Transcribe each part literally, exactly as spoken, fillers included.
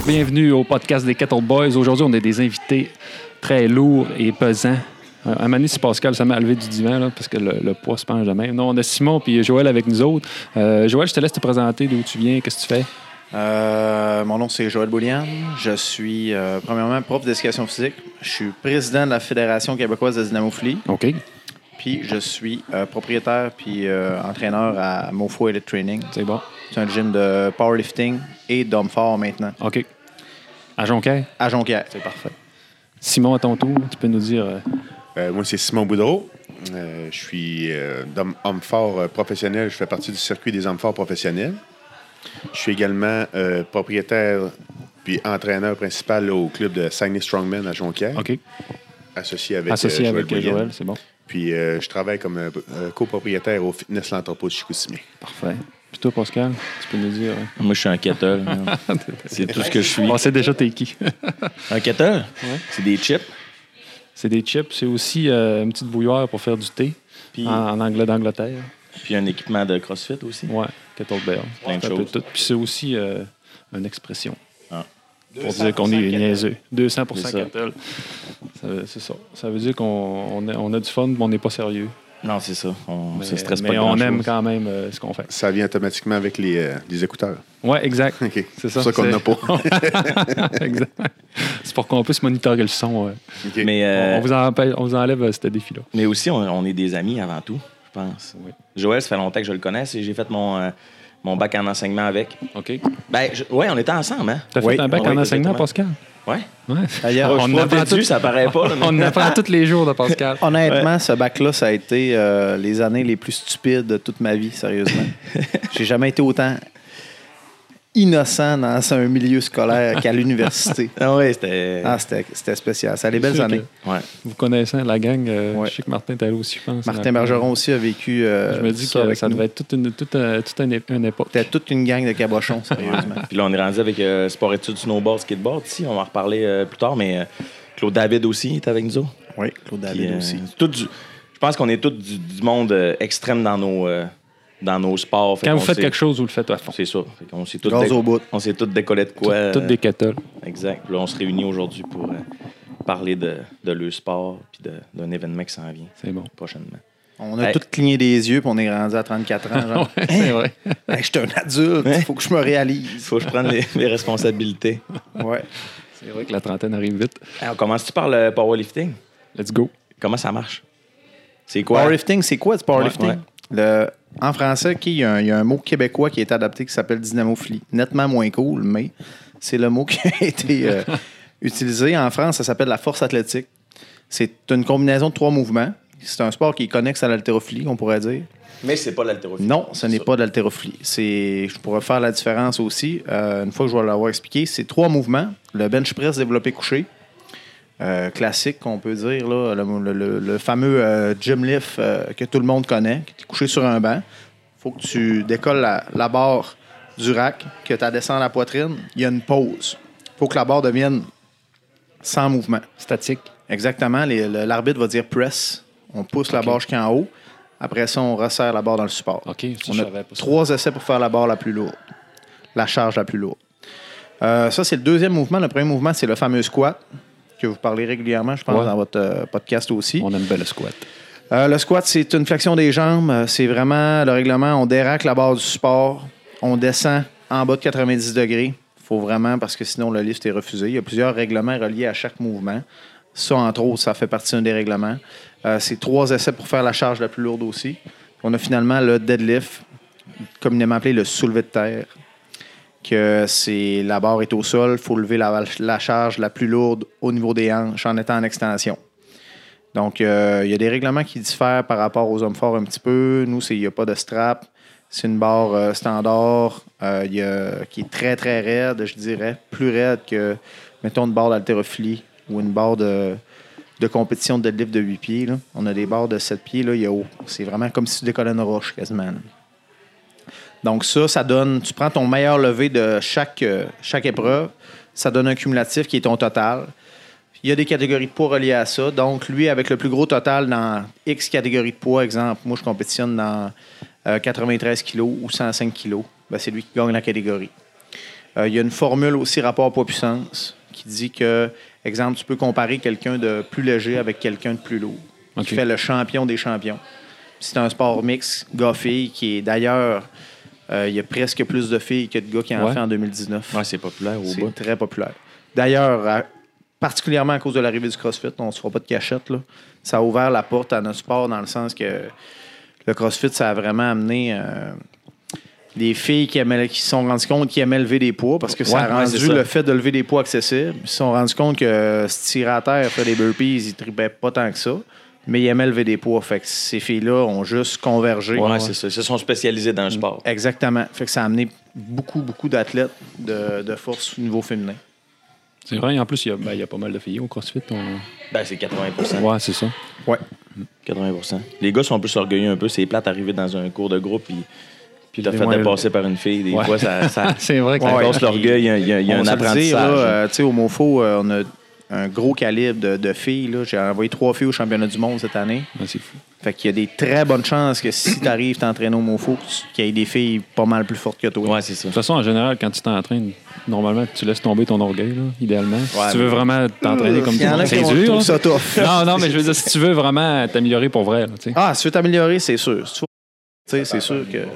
bienvenue au podcast des Kettle Boys. Aujourd'hui, on a des invités très lourds et pesants. Euh, à un moment donné, si Pascal se met à lever du divan, là, parce que le, le poids se penche de même. Non, on a Simon et Joël avec nous autres. Euh, Joël, je te laisse te présenter d'où tu viens, qu'est-ce que tu fais? Euh, mon nom, c'est Joël Boulian. Je suis, euh, premièrement, prof d'éducation physique. Je suis président de la Fédération québécoise de dynamophilie. OK. Puis, je suis euh, propriétaire puis euh, entraîneur à Mofo Elite Training. C'est bon. C'est un gym de powerlifting et d'hommes forts maintenant. OK. À Jonquière? À Jonquière. C'est parfait. Simon, à ton tour, tu peux nous dire... Euh... Euh, moi, c'est Simon Boudreau. Euh, je suis euh, homme, homme fort euh, professionnel. Je fais partie du circuit des hommes forts professionnels. Je suis également euh, propriétaire puis entraîneur principal au club de Saguenay Strongman à Jonquière. OK. Associé avec Associé euh, Joël avec Boulian. Joël, c'est bon. Puis euh, je travaille comme euh, copropriétaire au Fitness L'Entrepôt de Chicoutimi. Parfait. Puis toi, Pascal, tu peux nous dire... Euh... Moi, je suis un kettle. C'est tout ce que je suis. On sait déjà t'es qui. Un kettle? Ouais. C'est des chips. C'est des chips. C'est aussi euh, une petite bouilloire pour faire du thé Puis, en, en anglais d'Angleterre. Puis un équipement de CrossFit aussi. Ouais, kettlebell. Plein de C'est un peu choses. tout. Puis c'est aussi euh, une expression. Ah. Pour dire qu'on est niaiseux. deux cents pour cent C'est ça. kettle. Ça veut- C'est ça. Ça veut dire qu'on on a, on a du fun, mais on n'est pas sérieux. Non, c'est ça. On Mais, se stresse pas mais de on grand-chose. aime quand même euh, ce qu'on fait. Ça vient automatiquement avec les, euh, les écouteurs. Ouais, exact. OK. C'est C'est ça. pour ça qu'on n'a c'est- pas. exact. C'est pour qu'on puisse monitorer le son. ouais. OK. Mais, euh, On, vous empê- on vous enlève euh, ce défi-là. mais aussi, on, on est des amis avant tout, je pense. Oui. Joël, ça fait longtemps que je le connais. et J'ai fait mon, euh, mon bac en enseignement avec. OK. Ben, je- ouais, on était ensemble, hein? T'as Oui. fait un bac Oui, en enseignement, exactement. Pascal? Ouais. Ouais. D'ailleurs, On, on on apprend dessus, tout- ça paraît pas. Là, mais- On apprend tous les jours de Pascal. Honnêtement, ce bac-là, ça a été euh, les années les plus stupides de toute ma vie, sérieusement. J'ai jamais été autant innocent dans un milieu scolaire qu'à l'université. Ah ouais, c'était... Ah, c'était c'était spécial. Ça a les C'est belles sûr années. Ouais. Vous connaissez la gang. euh, Ouais. Je sais que Martin est allé aussi, je pense. Martin Bergeron aussi a vécu euh, Je me dis ça que avec ça nous. devait être toute une, toute, un- toute une, une époque. C'était toute une gang de cabochons, sérieusement. Puis là, on est rendu avec euh, sport études, snowboard, skateboard ici. On va en reparler euh, plus tard, mais euh, Claude David aussi est avec nous autres. Oui, Claude Puis, David euh, aussi. tout du- je pense qu'on est tous du, du monde euh, extrême dans nos, euh, dans nos sports. Fait Quand qu'on vous faites sait- quelque chose, vous le faites à fond. C'est ça. Fait qu'on s'est tous, Gaz dé- au bout. on s'est tous décollés de quoi. Tout- Toutes euh, des kettles. Exact. Puis là, on se réunit aujourd'hui pour euh, parler de, de leur sport puis de- d'un événement qui s'en vient C'est bon. prochainement. On a Hey. tous cligné des yeux puis on est rendu à trente-quatre ans. Genre, Ouais, c'est vrai. hey, je suis un adulte, il faut que je me Il réalise. faut que je prenne les, mes responsabilités. Ouais. C'est vrai que la trentaine arrive vite. Hey, on commence-tu par le powerlifting? Let's go. Comment ça marche? C'est quoi? Powerlifting, c'est quoi du powerlifting? Ouais, ouais. Le, en français, OK, il y, a un- il y a un mot québécois qui est adapté qui s'appelle dynamophilie. Nettement moins cool, mais c'est le mot qui a été euh, utilisé. En France, ça s'appelle la force athlétique. C'est une combinaison de trois mouvements. C'est un sport qui est connexe à l'haltérophilie, on pourrait dire. Mais c'est pas l'haltérophilie. Non, ce C'est n'est ça. pas de l'haltérophilie. C'est, je pourrais faire la différence aussi. Euh, une fois que je vais l'avoir expliqué, c'est trois mouvements. Le bench press développé couché, euh, classique, qu'on peut dire, là, le, le- le fameux euh, gym lift euh, que tout le monde connaît, qui est couché sur un banc. Il faut que tu décolles la, la barre du rack, que tu descendu la poitrine. Il y a une pause. Il faut que la barre devienne sans mouvement. Statique. Exactement. Les- le- l'arbitre va dire press. On pousse la OK. barre jusqu'en haut. Après ça, on resserre la barre dans le support. OK. Ça, On je a savais pas ça. trois essais pour faire la barre la plus lourde. La charge la plus lourde. Euh, ça, c'est le deuxième mouvement. Le premier mouvement, c'est le fameux squat, que vous parlez régulièrement, je pense, Ouais. dans votre euh, podcast aussi. On aime bien le squat. Euh, le squat, c'est une flexion des jambes. Euh, C'est vraiment le règlement. On déraque la barre du support. On descend en bas de quatre-vingt-dix degrés. Il faut vraiment, parce que sinon, le lift est refusé. Il y a plusieurs règlements reliés à chaque mouvement. Ça, entre autres, ça fait partie d'un des règlements. Euh, c'est trois essais pour faire la charge la plus lourde aussi. On a finalement le deadlift, communément appelé le soulevé de terre, que c'est la barre est au sol, il faut lever la, la charge la plus lourde au niveau des hanches en étant en extension. Donc, euh, il y a des règlements qui diffèrent par rapport aux hommes forts un petit peu. Nous, c'est- il n'y a pas de strap. C'est une barre euh, standard euh, il y a- qui est très, très raide, je dirais. Plus raide que, mettons, une barre d'haltérophilie ou une barre de, de compétition de deadlift de huit pieds. Là. On a des barres de sept pieds. Là, il y a haut. C'est vraiment comme si tu décollais une roche, quasiment. là. Donc, ça, ça donne... Tu prends ton meilleur levé de chaque, euh, chaque épreuve. Ça donne un cumulatif qui est ton total. Il y a des catégories de poids reliées à ça. Donc, lui, avec le plus gros total dans X catégories de poids, exemple, moi, je compétitionne dans euh, quatre-vingt-treize kilos ou cent cinq kilos, ben, c'est lui qui gagne la catégorie. Euh, il y a une formule aussi rapport poids-puissance qui dit que, exemple, tu peux comparer quelqu'un de plus léger avec quelqu'un de plus lourd, Okay. qui fait le champion des champions. C'est un sport mix, gars-filles, qui est d'ailleurs, euh, il y a presque plus de filles que de gars qui en Ouais. fait en deux mille dix-neuf. Ouais, c'est populaire au C'est bout. très populaire. D'ailleurs, à- particulièrement à cause de l'arrivée du CrossFit, on ne se fera pas de cachette, là. Ça a ouvert la porte à notre sport dans le sens que le CrossFit, ça a vraiment amené euh, des filles qui, aimaient, qui se sont rendues compte qu'ils aimaient lever des poids parce que ça Ouais, a ouais, rendu c'est ça. le fait de lever des poids accessible. Ils se sont rendus compte que se tirer à terre, faire des burpees, ils ne tripaient pas tant que ça, mais ils aimaient lever des poids. Fait que ces filles-là ont juste convergé. Ouais, c'est ça. Ils se sont spécialisés dans le sport. Exactement. Fait que ça a amené beaucoup, beaucoup d'athlètes de, de force au niveau féminin. C'est vrai, et en plus, il y, a, ben, il y a pas mal de filles au CrossFit. On... Ben, c'est quatre-vingts pour cent. Ouais, c'est ça. Ouais. quatre-vingts pour cent. Les gars sont plus orgueilleux un peu. C'est plate d'arriver dans un cours de groupe puis puis te Les fait moins- dépasser par une fille. Des Ouais. fois, ça, ça, C'est vrai que ça Ouais. casse l'orgueil. Il y a, il y a- il y a On un se le dit, apprentissage. là, euh, tu sais, au MoFo, euh, on a un gros calibre de, de filles. Là. J'ai envoyé trois filles au championnat du monde cette année. Ouais, c'est fou. Fait qu'il y a des très bonnes chances que si tu arrives t'entraîner au MoFo, qu'il y ait des filles pas mal plus fortes que toi. Ouais, c'est ça. De toute façon, en général, quand tu t'entraînes, normalement, tu laisses tomber ton orgueil, là, idéalement. Si Ouais, tu veux mais- vraiment t'entraîner comme Il tout y le en a monde, qui c'est vont dur. trouver là. ça tough. Non, non, mais je veux dire, si tu veux vraiment t'améliorer pour vrai, là, tu sais. Ah, si tu veux t'améliorer, c'est sûr. Si tu veux- tu sais, c'est sûr que...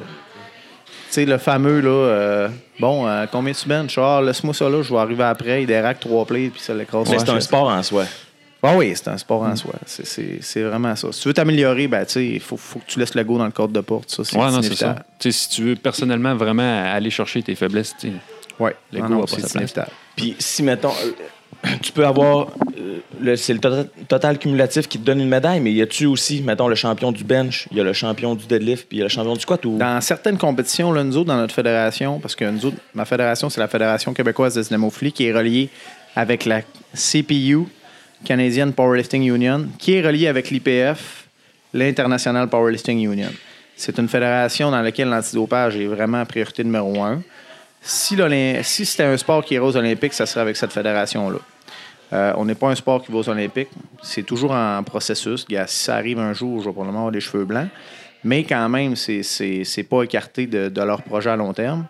Tu sais, le fameux, là, euh, bon, euh, combien tu benches? Ah, laisse-moi ça là, je vais arriver après, il déraque trois plays, puis ça l'écrase. Mais sur c'est la un chaise. sport en soi. Ah oui, c'est un sport en soi. C'est- C'est c'est vraiment ça. Si tu veux t'améliorer, ben, tu sais, il faut, faut que tu laisses le go dans le cadre de porte. Ça, c'est Ouais, non, c'est inévitable. ça. Tu sais, si tu veux personnellement vraiment aller chercher tes faiblesses, tu sais, Ouais, Le non, go non, va pas c'est sa place. inévitable. Puis si, mettons, euh, tu peux avoir, euh, le, c'est le total, total cumulatif qui te donne une médaille, mais y a-tu aussi, mettons, le champion du bench, il y a le champion du deadlift, puis il y a le champion du squat ou... Dans certaines compétitions, là, nous autres, dans notre fédération, parce que nous autres, ma fédération, c'est la Fédération québécoise de dynamophilie qui est reliée avec la C P U, Canadian Powerlifting Union, qui est reliée avec l'I P F, l'International Powerlifting Union. C'est une fédération dans laquelle l'antidopage est vraiment priorité numéro un. Si, l'Olymp- si c'était un sport qui irait aux Olympiques, ça serait avec cette fédération-là. Euh, on n'est pas un sport qui va aux Olympiques. C'est toujours en processus. Gars, si ça arrive un jour, je vais probablement avoir des cheveux blancs. Mais quand même, c'est, c'est, c'est pas écarté de, de leur projet à long terme.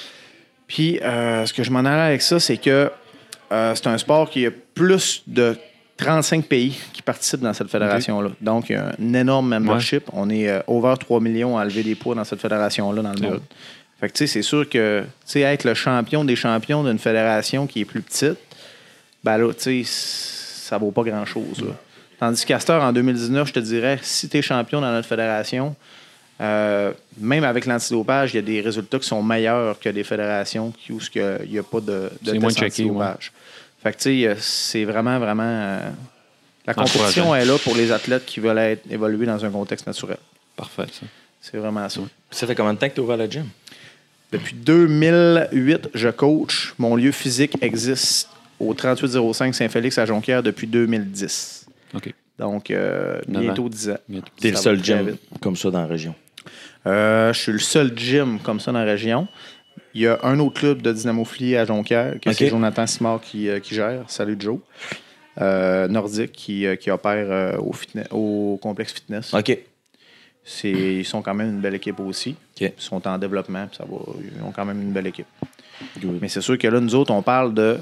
Puis, euh, ce que je m'en allais avec ça, c'est que euh, c'est un sport qui a plus de trente-cinq pays qui participent dans cette fédération-là. Donc, il y a un énorme membership. On est euh, over trois millions à lever des poids dans cette fédération-là dans le C'est monde. vrai. Fait que, tu sais, c'est sûr que, tu sais, être le champion des champions d'une fédération qui est plus petite, ben là, tu sais, ça vaut pas grand-chose, là. Tandis qu'à cette heure, en deux mille dix-neuf, je te dirais, si tu es champion dans notre fédération, euh, même avec l'antidopage, il y a des résultats qui sont meilleurs que des fédérations qui, où il n'y a pas de, de C'est moins test checké, antidopage. Fait que, tu sais, c'est vraiment, vraiment... euh, la compétition Encourageant. est là pour les athlètes qui veulent être, évoluer dans un contexte naturel. Parfait, ça. C'est vraiment ça. Ça fait combien de temps que tu as ouvert le gym? Depuis deux mille huit, je coach. Mon lieu physique existe au trente-huit zéro cinq Saint-Félix à Jonquière depuis deux mille dix. OK. Donc, euh, Neuf bientôt ans. dix ans. T'es le Ça seul va très gym vite. comme ça dans la région. Euh, je suis le seul gym comme ça dans la région. Il y a un autre club de dynamophilie à Jonquière, que OK. c'est Jonathan Simard qui, euh, qui gère. Salut Joe. Euh, Nordique qui, euh, qui opère euh, au, fitness, au complexe fitness. OK. C'est, ils sont quand même une belle équipe aussi. OK. Ils sont en développement, puis ça va, ils ont quand même une belle équipe. Good. Mais c'est sûr que là, nous autres, on parle de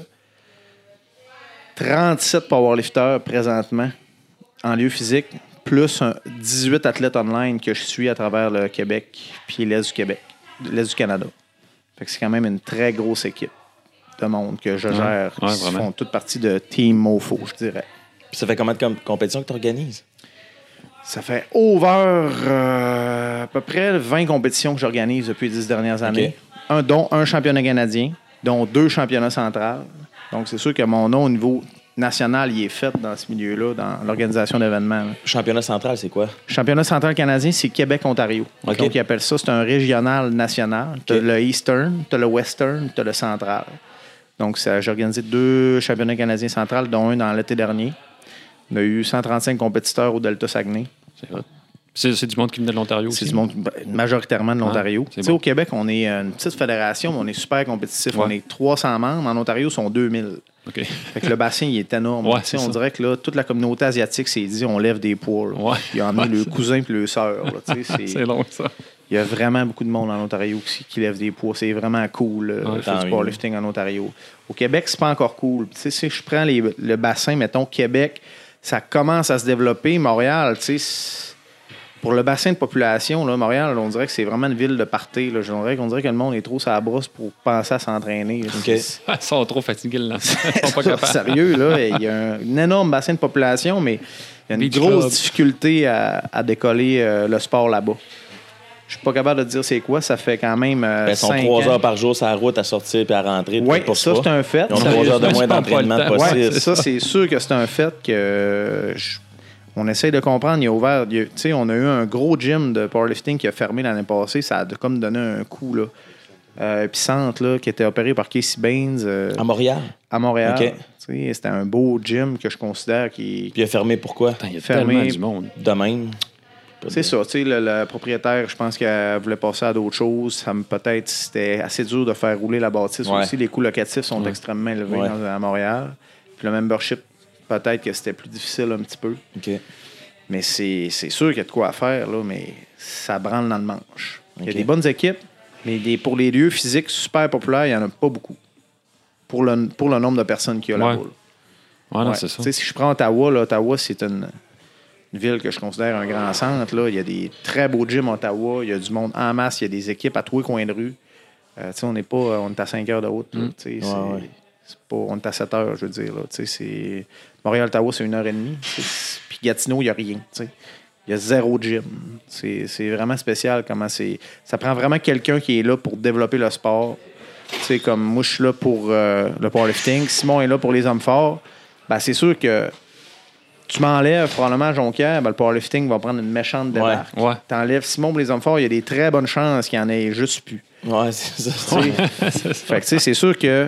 trente-sept powerlifters présentement en lieu physique, plus un dix-huit athlètes online que je suis à travers le Québec puis l'Est du Québec, l'Est du Canada. Fait que c'est quand même une très grosse équipe de monde que je Ouais. gère, Ouais, qui vraiment. font toute partie de Team Mofo, je dirais. Puis ça fait combien de com- compétitions que tu organises? Ça fait over euh, à peu près vingt compétitions que j'organise depuis les dix dernières années, un, dont un championnat canadien, dont deux championnats centrales. Donc, c'est sûr que mon nom au niveau national, il est fait dans ce milieu-là, dans l'organisation d'événements. là. Championnat central, c'est quoi? Championnat central canadien, c'est Québec-Ontario. OK. Donc, ils appellent ça, c'est un régional national. Tu as OK. le Eastern, tu as le Western, tu as le Central. Donc, ça, j'ai organisé deux championnats canadiens centrales, dont un dans l'été dernier. On a eu cent trente-cinq compétiteurs au Delta Saguenay. C'est hot. C'est, c'est du monde qui venait de l'Ontario C'est aussi. du monde majoritairement de l'Ontario. Ah, c'est Tu sais, bon. Au Québec, on est une petite fédération, mais on est super compétitif. Ouais. On est trois cents membres. En Ontario, ils sont deux mille. OK. Fait que le bassin, il est énorme. Ouais, Tu sais, c'est on ça. dirait que là, toute la communauté asiatique s'est dit on lève des poids. là. Ouais. Ils ont amené Ouais, le ça. cousin et le sœur. là. Tu sais, C'est c'est- long, ça. Il y a vraiment beaucoup de monde en Ontario aussi qui lève des poids. C'est vraiment cool, euh, Ouais, faire du powerlifting en Ontario. Au Québec, c'est pas encore cool. Tu sais, si je prends les, le bassin, mettons, Québec, ça commence à se développer. Montréal, tu sais, pour le bassin de population, là, Montréal, on dirait que c'est vraiment une ville de party. Là. On, dirait, on dirait que le monde est trop sur la brosse pour penser à s'entraîner. Okay. Ils sont trop fatigués, là. Ils sont pas capables. Sérieux, là, il y a un, un énorme bassin de population, mais il y a une Beach grosse club. difficulté à, à décoller euh, le sport là-bas. Je suis pas capable de te dire c'est quoi. Ça fait quand même euh, Ben, ils sont cinq trois ans. heures par jour sur la route à sortir puis à rentrer. Oui, pour ça, c'est un fait. Ils ont trois heures de moins d'entraînement Sérieusement, possible. Ouais, ça, c'est sûr que c'est un fait que euh, je- on essaye de comprendre. Il a ouvert, il a- tu sais, on a eu un gros gym de powerlifting qui a fermé l'année passée. Ça a de- comme donné un coup là, euh, épicentre là, qui était opéré par Casey Baines euh, À Montréal. à Montréal. OK. Tu sais, c'était un beau gym que je considère qui Puis il a fermé pourquoi? Putain, il y a Fermé. tellement du monde. De même. c'est ça, tu sais, le, le propriétaire, je pense qu'elle voulait passer à d'autres choses. Ça me peut-être c'était assez dur de faire rouler la bâtisse Ouais. aussi. Les coûts locatifs sont Ouais. extrêmement élevés Ouais. dans- à Montréal. Puis le membership, peut-être que c'était plus difficile un petit peu. OK. Mais c'est c'est sûr qu'il y a de quoi à faire, là, mais ça branle dans le manche. Il y a OK. des bonnes équipes, mais des, pour les lieux physiques super populaires, il n'y en a pas beaucoup. Pour le, pour le nombre de personnes qu'il y a là-bas. Ouais. là. Ouais, non, Ouais. c'est ça. Tu sais, si je prends Ottawa, là, Ottawa, c'est une, une ville que je considère un grand centre. Là. Il y a des très beaux gyms à Ottawa. Il y a du monde en masse. Il y a des équipes à tous les coins de rue. Euh, tu sais, on n'est pas... On est à cinq heures de route. là. Mm. Tu sais, Ouais, c'est, ouais. c'est pas, on est à sept heures, je veux dire. Là. Tu sais, c'est, Montréal-Ottawa, c'est une heure et demie. C'est- Puis Gatineau, il n'y a rien. Tu sais. Il y a zéro gym. C'est, c'est vraiment spécial comment c'est... Ça prend vraiment quelqu'un qui est là pour développer le sport. Tu sais, comme moi, je suis là pour euh, le powerlifting. Simon est là pour les hommes forts. Ben, c'est sûr que tu m'enlèves probablement Jonquière, ben, le powerlifting va prendre une méchante débarque. Ouais. T'enlèves Simon pour les hommes forts, il y a des très bonnes chances qu'il n'y en ait juste plus. Ouais, c'est ça. Tu sais. Fait que, tu sais, c'est sûr que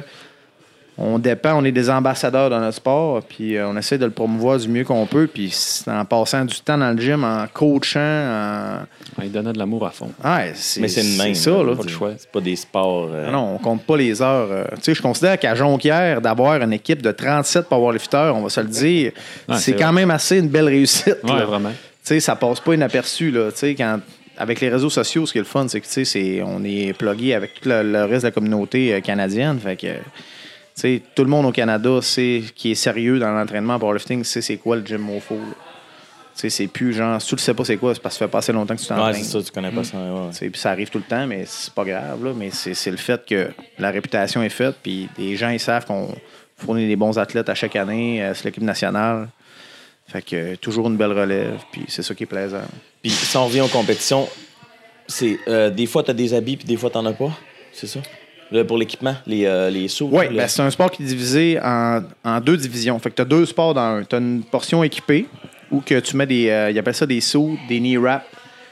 on dépend, on est des ambassadeurs dans notre sport, puis euh, on essaie de le promouvoir du mieux qu'on peut, puis c'est en passant du temps dans le gym, en coachant, en... Ouais, il donnait de l'amour à fond. Ouais, c'est, Mais c'est une même. ça, là. Pas le choix. C'est pas des sports. euh, Ah non, on compte pas les heures. euh. Tu sais, je considère qu'à Jonquière, d'avoir une équipe de trente-sept powerlifters, on va se le dire, Ouais, c'est c'est quand vrai. même assez une belle réussite. Ouais, là. vraiment. Tu sais, ça passe pas inaperçu, là. Tu sais, quand... Avec les réseaux sociaux, ce qui est le fun, c'est que, tu sais, c'est... on est plugué avec tout le, le reste de la communauté euh, canadienne. Fait que, tu sais, tout le monde au Canada sait qui est sérieux dans l'entraînement en powerlifting, sait c'est quoi le gym Mofo, là. Tu sais, c'est plus genre, si tu le sais pas c'est quoi, c'est parce que ça fait pas assez longtemps que tu t'entraînes. Ouais, c'est ça, tu connais pas ça. Ouais. Tu sais, puis ça arrive tout le temps, mais c'est pas grave. Là, mais c'est, c'est le fait que la réputation est faite, puis les gens ils savent qu'on fournit des bons athlètes à chaque année, euh, c'est l'équipe nationale. Fait que euh, toujours une belle relève, puis c'est ça qui est plaisant. Puis si on revient aux compétitions, c'est euh, des fois, tu as des habits, puis des fois, tu n'en as pas. C'est ça? Là, pour l'équipement, les, euh, les sauts. Oui, les- ben, c'est un sport qui est divisé en, en deux divisions. Fait que tu as deux sports dans un. Tu as une portion équipée où que tu mets des. Euh, ils appellent ça des sauts, des knee wraps,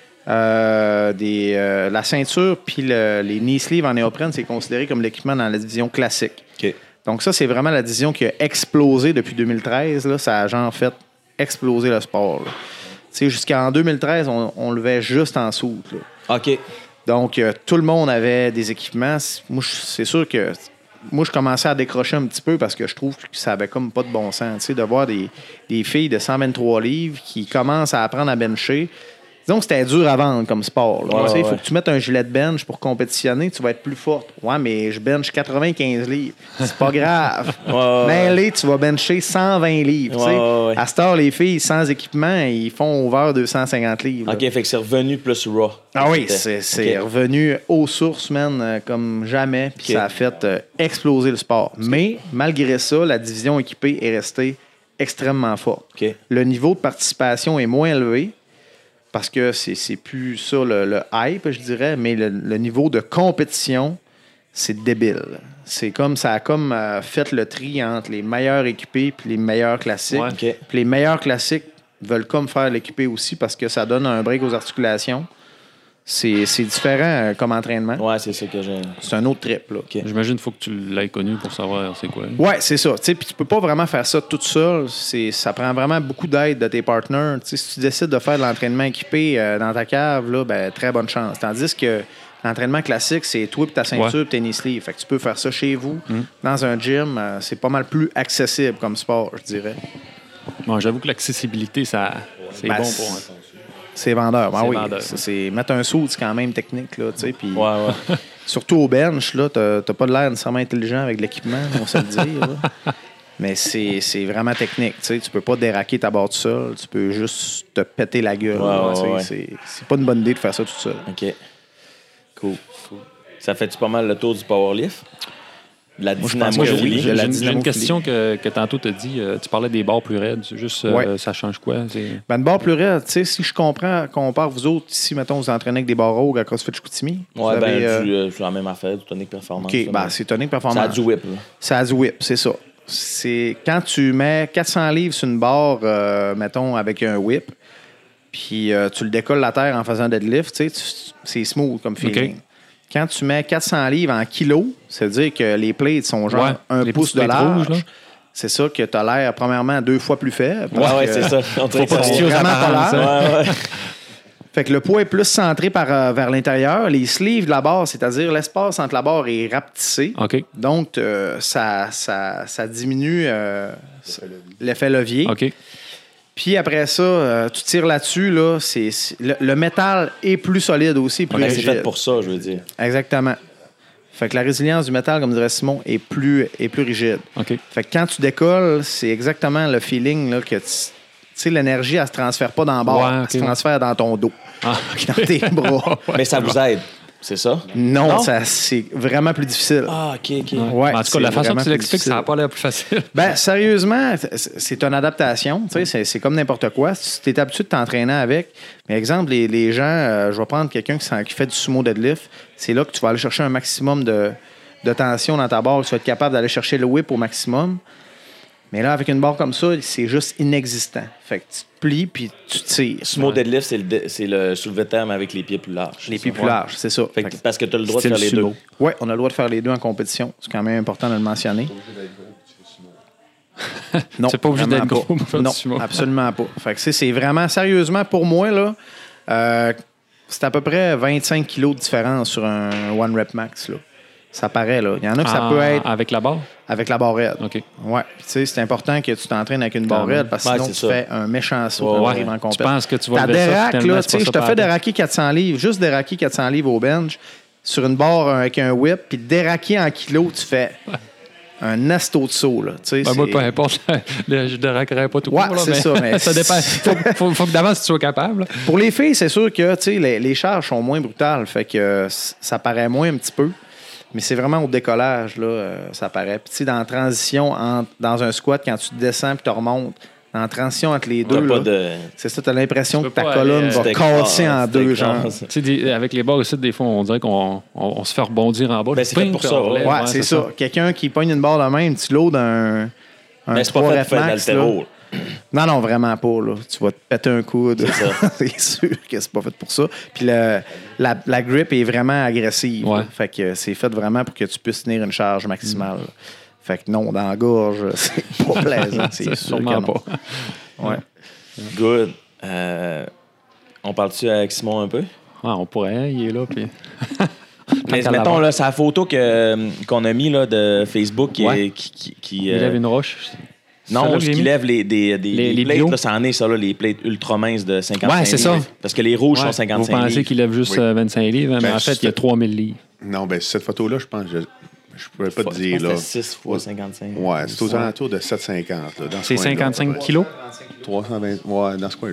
euh, des, euh, la ceinture, puis le- les knee sleeves en néoprène, c'est considéré comme l'équipement dans la division classique. OK. Donc, ça, c'est vraiment la division qui a explosé depuis deux mille treize. Là. Ça a genre fait exploser le sport. là. Tu sais, jusqu'en deux mille treize, on, on levait juste en soute. là. OK. Donc, euh, tout le monde avait des équipements. Moi, je- c'est sûr que moi, je commençais à décrocher un petit peu parce que je trouve que ça avait comme pas de bon sens. Tu sais, de voir des, des filles de cent vingt-trois livres qui commencent à apprendre à bencher. Disons que c'était dur à vendre comme sport. Il Ouais, faut ouais. que tu mettes un gilet de bench pour compétitionner, tu vas être plus forte. Ouais, mais je bench quatre-vingt-quinze livres. C'est pas grave. Ouais, ouais, Mais là, tu vas bencher cent vingt livres. tu sais. Ouais, ouais, ouais. À cette heure, les filles sans équipement, ils font over deux cent cinquante livres. là. OK, fait que c'est revenu plus raw. Ah oui, C'était- c'est, c'est OK. revenu aux sources, man, euh, comme jamais. Puis OK. ça a fait euh, exploser le sport. Mais malgré ça, la division équipée est restée extrêmement forte. OK. Le niveau de participation est moins élevé parce que c'est, c'est plus ça le, le hype, je dirais, mais le, le niveau de compétition, c'est débile. C'est comme ça a comme euh, fait le tri entre les meilleurs équipés puis les meilleurs classiques. Ouais. OK. Puis les meilleurs classiques veulent comme faire l'équipé aussi parce que ça donne un break aux articulations. C'est, c'est différent euh, comme entraînement. Ouais, c'est ça que j'ai. C'est un autre trip, là. OK. J'imagine qu'il faut que tu l'aies connu pour savoir c'est quoi. Ouais, c'est ça. Tu sais, puis tu peux pas vraiment faire ça toute seule. C'est, ça prend vraiment beaucoup d'aide de tes partenaires. Tu sais, si tu décides de faire de l'entraînement équipé euh, dans ta cave, là, ben, très bonne chance. Tandis que l'entraînement classique, c'est toi et ta ceinture Ouais. et tes knee sleeves. Fait que tu peux faire ça chez vous, dans un gym. euh, c'est pas mal plus accessible comme sport, je dirais. Bon, j'avoue que l'accessibilité, ça, c'est Ben, bon c'est- pour. hein. C'est vendeur. Ben C'est oui. vendeur. C'est, c'est mettre un saut, c'est quand même technique, là, tu sais. Puis Ouais, ouais. surtout au bench, là, t'as, t'as pas de l'air nécessairement intelligent avec l'équipement, on sait le dire. Là. Mais c'est, c'est vraiment technique, tu sais. Tu peux pas déraquer ta barre tout seul, tu peux juste te péter la gueule. Ouais, là, tu sais. ouais, ouais. C'est, c'est pas une bonne idée de faire ça tout seul. OK. Cool. cool. Ça fait-tu pas mal le tour du powerlift? De la Moi, je dynamo pense que J'ai oui. j'ai- de la j'ai une, j'ai une dynamo question que, que tantôt tu as dit. euh, tu parlais des barres plus raides. C'est juste, euh, Ouais. ça change quoi? C'est... Ben, une barre plus raide, tu sais, si je comprends qu'on part, vous autres, ici, mettons, vous entraînez avec des barres rogues à CrossFit Chicoutimi. vous Ouais, ben, avez, euh, du, euh, c'est la même affaire, du tonic performance. OK, là, ben, mais c'est tonic ça performance. a du whip, là. Ça a du whip, c'est ça. C'est quand tu mets quatre cents livres sur une barre, euh, mettons, avec un whip, puis euh, tu le décolles la terre en faisant deadlift, tu sais, tu- c'est smooth comme feeling. OK. Quand tu mets quatre cents livres en kilos, ça veut dire que les plates sont genre Ouais, un les pouce petites de plates large. rouges, là. C'est ça que tu as l'air, premièrement, deux fois plus faible. Ouais, parce ouais, que- c'est ça. On dirait pas que que ça- tu vraiment pas apparences, large. Ouais, ouais. Fait que le poids est plus centré par, euh, vers l'intérieur. Les sleeves de la barre, c'est-à-dire l'espace entre la barre est rapetissé. OK. Donc, euh, ça, ça, ça diminue euh, l'effet levier. OK. Puis après ça, euh, tu tires là-dessus, là, c'est, c'est- le, le métal est plus solide aussi, plus Ben, c'est rigide. fait pour ça, je veux dire. Exactement. Fait que la résilience du métal, comme dirait Simon, est plus, est plus rigide. OK. Fait que quand tu décolles, c'est exactement le feeling là, que tu tu sais, l'énergie, elle se transfère pas dans la barre, Ouais, ok, elle se transfère dans ton dos, Ah, dans tes bras. Mais ça vous aide, c'est ça? Non, Non? Ça, c'est vraiment plus difficile. Ah, OK, OK. Ouais, en tout cas, c'est la façon vraiment que tu plus l'expliques, ça n'a difficile. pas l'air plus facile. Ben, sérieusement, c'est c'est une adaptation. Tu sais, c'est, c'est comme n'importe quoi. Si tu es habitué de t'entraîner avec, mais exemple, les, les gens, euh, je vais prendre quelqu'un qui, s'en- qui fait du sumo deadlift, c'est là que tu vas aller chercher un maximum de, de tension dans ta barre. Tu vas être capable d'aller chercher le whip au maximum. Mais là, avec une barre comme ça, c'est juste inexistant. Fait que tu te plies puis tu tires. Sumo deadlift, c'est le, dé- c'est le soulevé de terre mais avec les pieds plus larges. Les c'est pieds ça? plus larges, c'est ça. Fait Fait que- que- parce que tu as le droit de Style faire les sumo. deux. ouais, on a le droit de faire les deux en compétition. C'est quand même important de le mentionner. Non, C'est pas obligé vraiment d'être gros pas. pour faire du Non, sumo. absolument pas. Fait que c'est, c'est vraiment, sérieusement, pour moi, là, euh, c'est à peu près vingt-cinq kilos de différence sur un one rep max. Là. Ça paraît, là. Il y en a que ça Ah, peut être Avec la barre? avec la barre raide. OK. Ouais. Puis, tu sais, c'est important que tu t'entraînes avec une barre même. raide parce que Ouais, sinon, c'est tu ça. fais un méchant saut Ouais, quand ouais. tu arrives en Tu compétition. penses que tu vas Ta lever ça, déraque, finalement, là, c'est tu sais, pas je ça te fais pantoute. déraquer quatre cents livres, juste déraquer quatre cents livres au bench sur une barre avec un whip, puis déraquer en kilos, tu fais un asto de saut, là. Tu sais, Ben, moi, c'est- peu importe, le- je ne déraquerai pas tout Ouais, court, là, c'est ça, mais- ça dépend. Faut, faut, faut que d'avance tu sois capable. là. Pour les filles, c'est sûr que tu sais, les, les charges sont moins brutales, fait que euh, c- ça paraît moins un petit peu. Mais c'est vraiment au décollage, là, euh, ça paraît. Puis tu sais, dans la transition, en- dans un squat, quand tu descends puis tu remontes, dans la transition entre les T'as deux, pas là, de. c'est ça, tu as l'impression Tu que peux ta pas colonne aller, va euh, casser en tu deux, t'écrases. genre. Tu sais, des- avec les barres aussi, des fois, on dirait qu'on on, on se fait rebondir en bas. Ben, c'est fait Ping, pour puis ça, on relève. Ouais, c'est ça. Quelqu'un qui pogne une barre de même, tu loads un, un Mais c'est pas trois fait rep pour faire de max, là. l'altéro. Non, non, vraiment pas. Là. Tu vas te péter un coude. C'est ça. c'est sûr que c'est pas fait pour ça. Puis le- la, la grip est vraiment agressive. Ouais. là. Fait que c'est fait vraiment pour que tu puisses tenir une charge maximale. là. Fait que non, dans la gorge, c'est pas plaisant. C'est sûr que Sûrement non. pas. Ouais. Good. Euh, on parle-tu avec Simon un peu? Ah, on pourrait, il est là. Puis... Mais qu'à mettons, l'avoir. là, sa photo que, qu'on a mis là, de Facebook qui, Ouais. est- qui, qui, qui, Il euh, lève une roche. non, Celle-là que ce j'ai qui mis? lève les, des, des, Les- des les plates, bio? là, ça en est, ça, là, les plates ultra minces de cinquante-cinq Ouais, c'est ça. livres. Parce que les rouges Ouais. sont Vous cinquante-cinq pensez livres. qu'il lève juste Oui. euh, vingt-cinq livres, mais Ben, en fait, il y a c'est- trois mille livres. Non, ben cette photo-là, je pense, je je pourrais pas te Je dire, pense que là. c'était six fois cinquante-cinq. Ouais, c'est aux alentours de sept cent cinquante, là, dans ce C'est coin-là, à peu cinquante-cinq près. kilos? trois cent vingt, ouais, dans ce coin-là.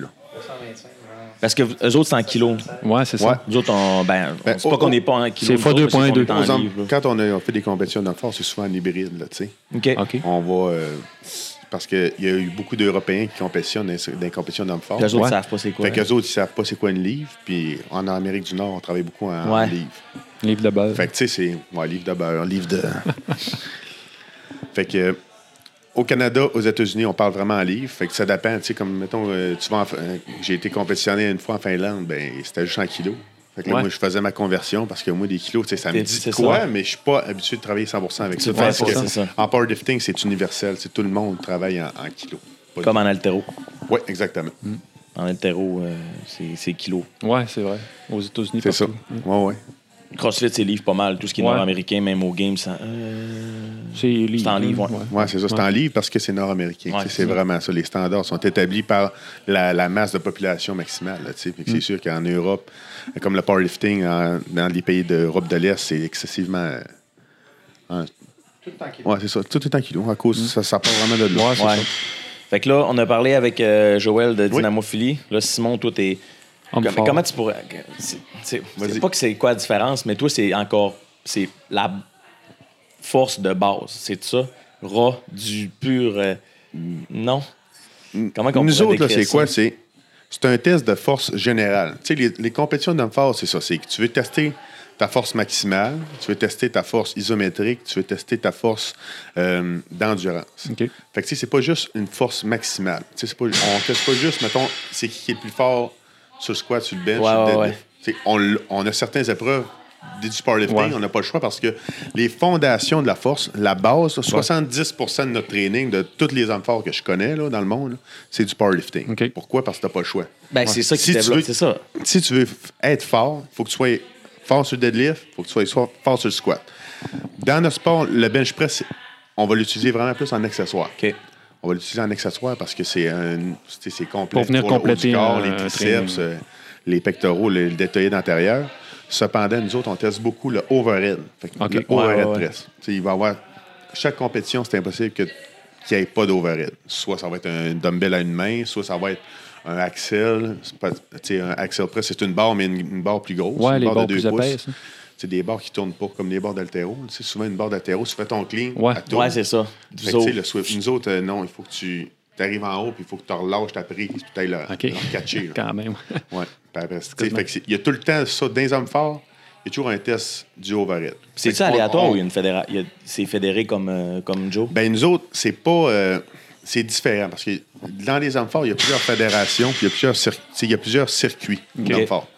Parce que eux autres, c'est en kilos. Ouais, c'est Ouais. ça. Nous autres, on, ben, on- Ben, c'est pas oh, qu'on oh. n'est pas en kilos. C'est nous fois autres, deux point deux. c'est qu'on est Par en exemple, livres, là. quand on, a, on fait des compétitions de force, c'est souvent en hybride, là, tu sais. OK. OK. On va... euh, parce qu'il y a eu beaucoup d'Européens qui compétitionnent dans, dans les compétitions d'hommes forts. Les autres, Ouais. ne savent pas c'est quoi. Fait qu'eux autres, ils savent pas c'est quoi une livre. Puis en Amérique du Nord, on travaille beaucoup en, Ouais. en livre. Livre de base. Fait que, tu sais, c'est... Ouais, livre de beurre, livre de... fait que... euh, Au Canada, aux États-Unis, on parle vraiment en livre. Fait que ça dépend, tu sais, comme, mettons, euh, tu vas en Fin- euh, j'ai été compétitionné une fois en Finlande, ben c'était juste en kilos. Fait que là, Ouais. moi, je faisais ma conversion parce que moi, des kilos, tu sais, ça me T'es- dit c'est de quoi, ça. mais je suis pas habitué de travailler cent pour cent avec ça. C'est Parce ça, que c'est ça. en powerlifting, c'est universel. C'est tout le monde travaille en, en kilos. Pas Comme en altéro. Oui, exactement. En altéro, euh, c'est, c'est kilos. Ouais, c'est vrai. Aux États-Unis, C'est ça. partout. Ouais, ouais. CrossFit, c'est livre pas mal. Tout ce qui est Ouais. nord-américain, même au game, ça. Euh... C'est livre. C'est en livre, ouais. Oui, c'est ça. C'est en livre parce que c'est nord-américain. Ouais, c'est c'est vraiment ça. Les standards sont établis par la, la masse de population maximale. Là, fait que mm. C'est sûr qu'en Europe, comme le powerlifting, en, dans les pays d'Europe de l'Est, c'est excessivement... Euh, en, tout le temps kilo. Oui, c'est ça. Tout est en kilo. À cause, mm. ça, ça part vraiment de l'eau. Ouais, c'est ouais. ça. Fait que là, on a parlé avec euh, Joël de Dynamo Philly. Là, Simon, toi, t'es... Comme, comment tu pourrais... C'est, c'est, c'est pas que c'est quoi la différence, mais toi, c'est encore... C'est la force de base. C'est ça? Raw, du pur... Euh, non? Comment qu'on Nous autres, là, c'est ça? quoi? C'est, c'est un test de force générale. Tu sais, les, les compétitions d'homme fort, c'est ça. C'est que tu veux tester ta force maximale, tu veux tester ta force isométrique, tu veux tester ta force euh, d'endurance. Okay. Fait que, tu sais, c'est pas juste une force maximale. Tu sais, c'est pas, on teste pas juste, mettons, c'est qui qui est le plus fort sur le squat, sur le bench, ouais, sur le deadlift. Ouais, ouais. On, on a certaines épreuves du powerlifting, ouais. on n'a pas le choix parce que les fondations de la force, la base, là, soixante-dix pour cent de notre training, de tous les hommes forts que je connais là, dans le monde, là, c'est du powerlifting. Okay. Pourquoi? Parce que tu n'as pas le choix. Ben, ouais. C'est ça qui si développe, veux, c'est ça. Si tu veux être fort, il faut que tu sois fort sur le deadlift, il faut que tu sois fort sur le squat. Dans notre sport, le bench press, on va l'utiliser vraiment plus en accessoire. Okay. On va l'utiliser en accessoire parce que c'est, un, c'est, c'est complet pour venir pour compléter le haut du corps, un, les triceps, euh, les pectoraux, le, le deltoïde antérieur. Cependant, nous autres, on teste beaucoup le overhead. Fait que okay. Le overhead ouais, ouais, press. Ouais. Il va y avoir... Chaque compétition, c'est impossible que, qu'il n'y ait pas d'overhead. Soit ça va être un dumbbell à une main, soit ça va être un axel. Pas, un axel press, c'est une barre, mais une, une barre plus grosse. Ouais, une les barre barres de deux plus pouces. épaisses. C'est des barres qui ne tournent pas comme les barres d'haltéro. C'est souvent une barre d'haltéro, tu fais ton clean, ouais. elle tourne. Ouais, c'est ça. Fait que, le sweep, nous autres, euh, non, il faut que tu... Tu arrives en haut, puis il faut que tu relâches ta prise, puis tu ailles le, okay. le catcher. Là. Quand même. Oui. Il y a tout le temps ça. Dans les hommes forts, il y a toujours un test du overhead. C'est-tu aléatoire on... ou il y a une fédéra... il y a... c'est fédéré comme, euh, comme Joe? Ben nous autres, c'est pas... Euh... C'est différent, parce que dans les hommes forts, il y a plusieurs fédérations, puis il y a plusieurs, cir... il y a plusieurs circuits okay. d'hommes forts.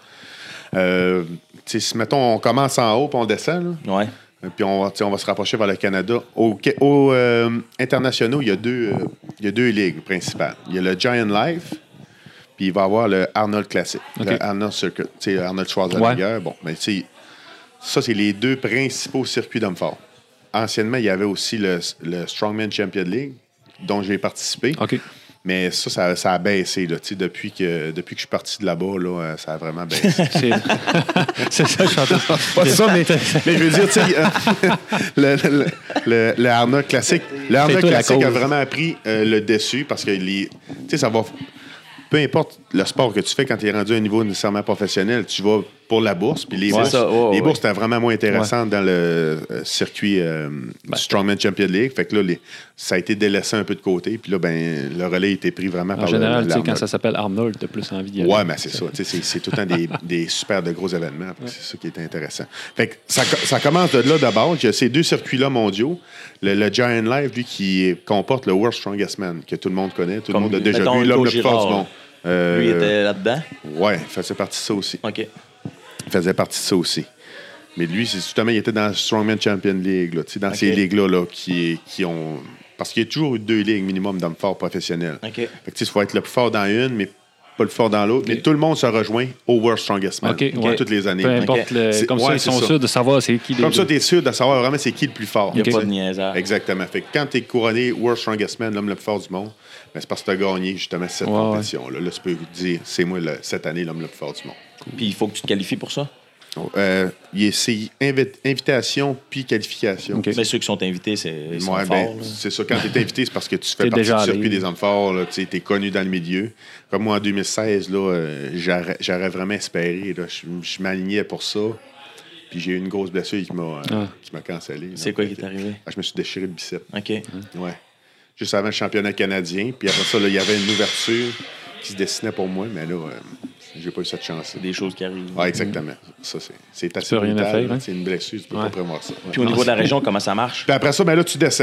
Euh, si, mettons, on commence en haut, puis on descend, là. Ouais. Puis on va, on va se rapprocher vers le Canada. Au, au euh, internationaux, il y a deux, euh, il y a deux ligues principales. Il y a le Giant Life, puis il va y avoir le Arnold Classic, okay. le Arnold Circuit, tu sais, Arnold Schwarzenegger. Ouais. Bon, mais tu sais, ça, c'est les deux principaux circuits d'hommes forts. Anciennement, il y avait aussi le, le Strongman Champion League, dont j'ai participé. Okay. Mais ça, ça, ça a baissé. Là, depuis, que, depuis que je suis parti de là-bas, là, ça a vraiment baissé. c'est... c'est ça, je suis en train de... Pas ça, mais, mais je veux dire, tu sais, euh, le, le, le, le Arnold Classic, le Arnold Classic a vraiment pris euh, le dessus parce que les, tu sais, ça va... Peu importe le sport que tu fais quand tu es rendu à un niveau nécessairement professionnel, tu vas pour la bourse. Puis les ouais, bourses, oh, les bourses, c'était vraiment moins intéressant ouais. dans le euh, circuit euh, ben, du Strongman Champion League. Fait que là, les, ça a été délaissé un peu de côté. Puis là, ben, le relais a été pris vraiment en par général, le, tu sais, quand ça s'appelle Arnold, tu as plus envie d'y aller. Ouais, mais c'est ça. C'est, c'est tout le temps des, des super de gros événements. Ouais. C'est ça qui est intéressant. Fait que ça, ça commence de là d'abord. Il y a ces deux circuits-là mondiaux. Le, le Giant Life, lui, qui comporte le World's Strongest Man, que tout le monde connaît. Tout Comme, le monde a déjà vu l'homme le plus fort du monde. Euh, Lui, il était là-dedans? Oui, il faisait partie de ça aussi. OK. Il faisait partie de ça aussi. Mais lui, c'est, justement, il était dans la Strongman Champion League, là, dans okay. ces ligues-là là, qui, qui ont... Parce qu'il y a toujours eu deux ligues minimum d'hommes forts professionnels. OK. Fait que, il faut être le plus fort dans une, mais pas le plus fort dans l'autre. Okay. Mais tout le monde se rejoint au World's Strongest Man okay. ouais. toutes les années. Peu importe. Okay. Le... Comme ouais, ça, ils sont ça. sûrs de savoir c'est qui les Comme deux. Ça, tu es sûr de savoir vraiment c'est qui le plus fort. Il n'y a okay. pas de niaisage. Exactement. Fait que quand tu es couronné World's Strongest Man, l'homme le plus fort du monde, ben, c'est parce que tu as gagné justement cette ouais, compétition-là. Là, tu peux dire, c'est moi le, cette année l'homme le plus fort du monde. Puis il faut que tu te qualifies pour ça? Euh, c'est invi- invitation puis qualification. Okay. Mais ceux qui sont invités, c'est ils sont ouais, forts. Ben, c'est ça. Quand tu es invité, c'est parce que tu fais partie du circuit des hommes forts. Tu es connu dans le milieu. Comme moi, en deux mille seize, là, euh, j'aurais, j'aurais vraiment espéré. Là, je, je m'alignais pour ça. Puis j'ai eu une grosse blessure qui m'a, euh, ah. qui m'a cancellé. C'est là, quoi qui est arrivé? Je me suis déchiré le bicep. OK. Ouais. Juste avant le championnat canadien. Puis après ça, il y avait une ouverture qui se dessinait pour moi. Mais là, euh, j'ai pas eu cette chance. C'est des choses qui arrivent. Oui, exactement. Ça, c'est, c'est assez rien à faire. Hein? C'est une blessure, tu peux ouais. pas prévoir ça. Puis au niveau de la région, comment ça marche? Puis après ça, ben là, tu descends.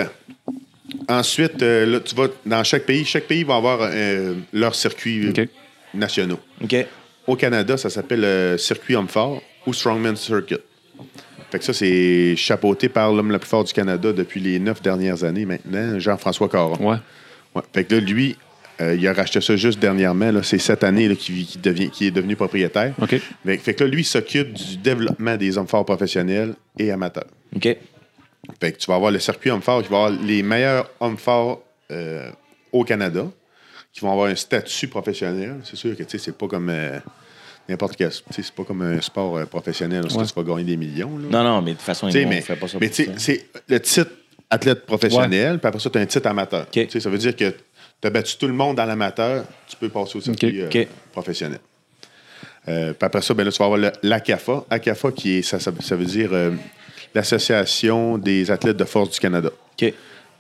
Ensuite, euh, là, tu vas dans chaque pays. Chaque pays va avoir euh, leurs circuits okay. nationaux. OK. Au Canada, ça s'appelle le circuit homme fort ou Strongman Circuit. Fait que ça, c'est chapeauté par l'homme le plus fort du Canada depuis les neuf dernières années maintenant, Jean-François Caron. Ouais. ouais. Fait que là, lui, euh, il a racheté ça juste dernièrement. Là, c'est cette année là, qu'il, qu'il, devient, qu'il est devenu propriétaire. OK. Fait, fait que là, lui, il s'occupe du développement des hommes forts professionnels et amateurs. OK. Fait que tu vas avoir le circuit homme fort, qui va avoir les meilleurs hommes forts euh, au Canada, qui vont avoir un statut professionnel. C'est sûr que c'est pas comme euh, n'importe quel. C'est pas comme un sport euh, professionnel où ouais. tu vas gagner des millions. Là. Non, non, mais de toute façon, ils ne font pas ça. Mais tu sais, c'est le titre athlète professionnel, ouais. puis après ça, tu as un titre amateur. Okay. Ça veut dire que tu as battu tout le monde dans l'amateur, tu peux passer au circuit okay. Euh, okay. professionnel. Euh, puis après ça, ben là, tu vas avoir l'A C A F A. A C A F A, qui est, ça, ça, ça veut dire euh, l'Association des athlètes de force du Canada. OK.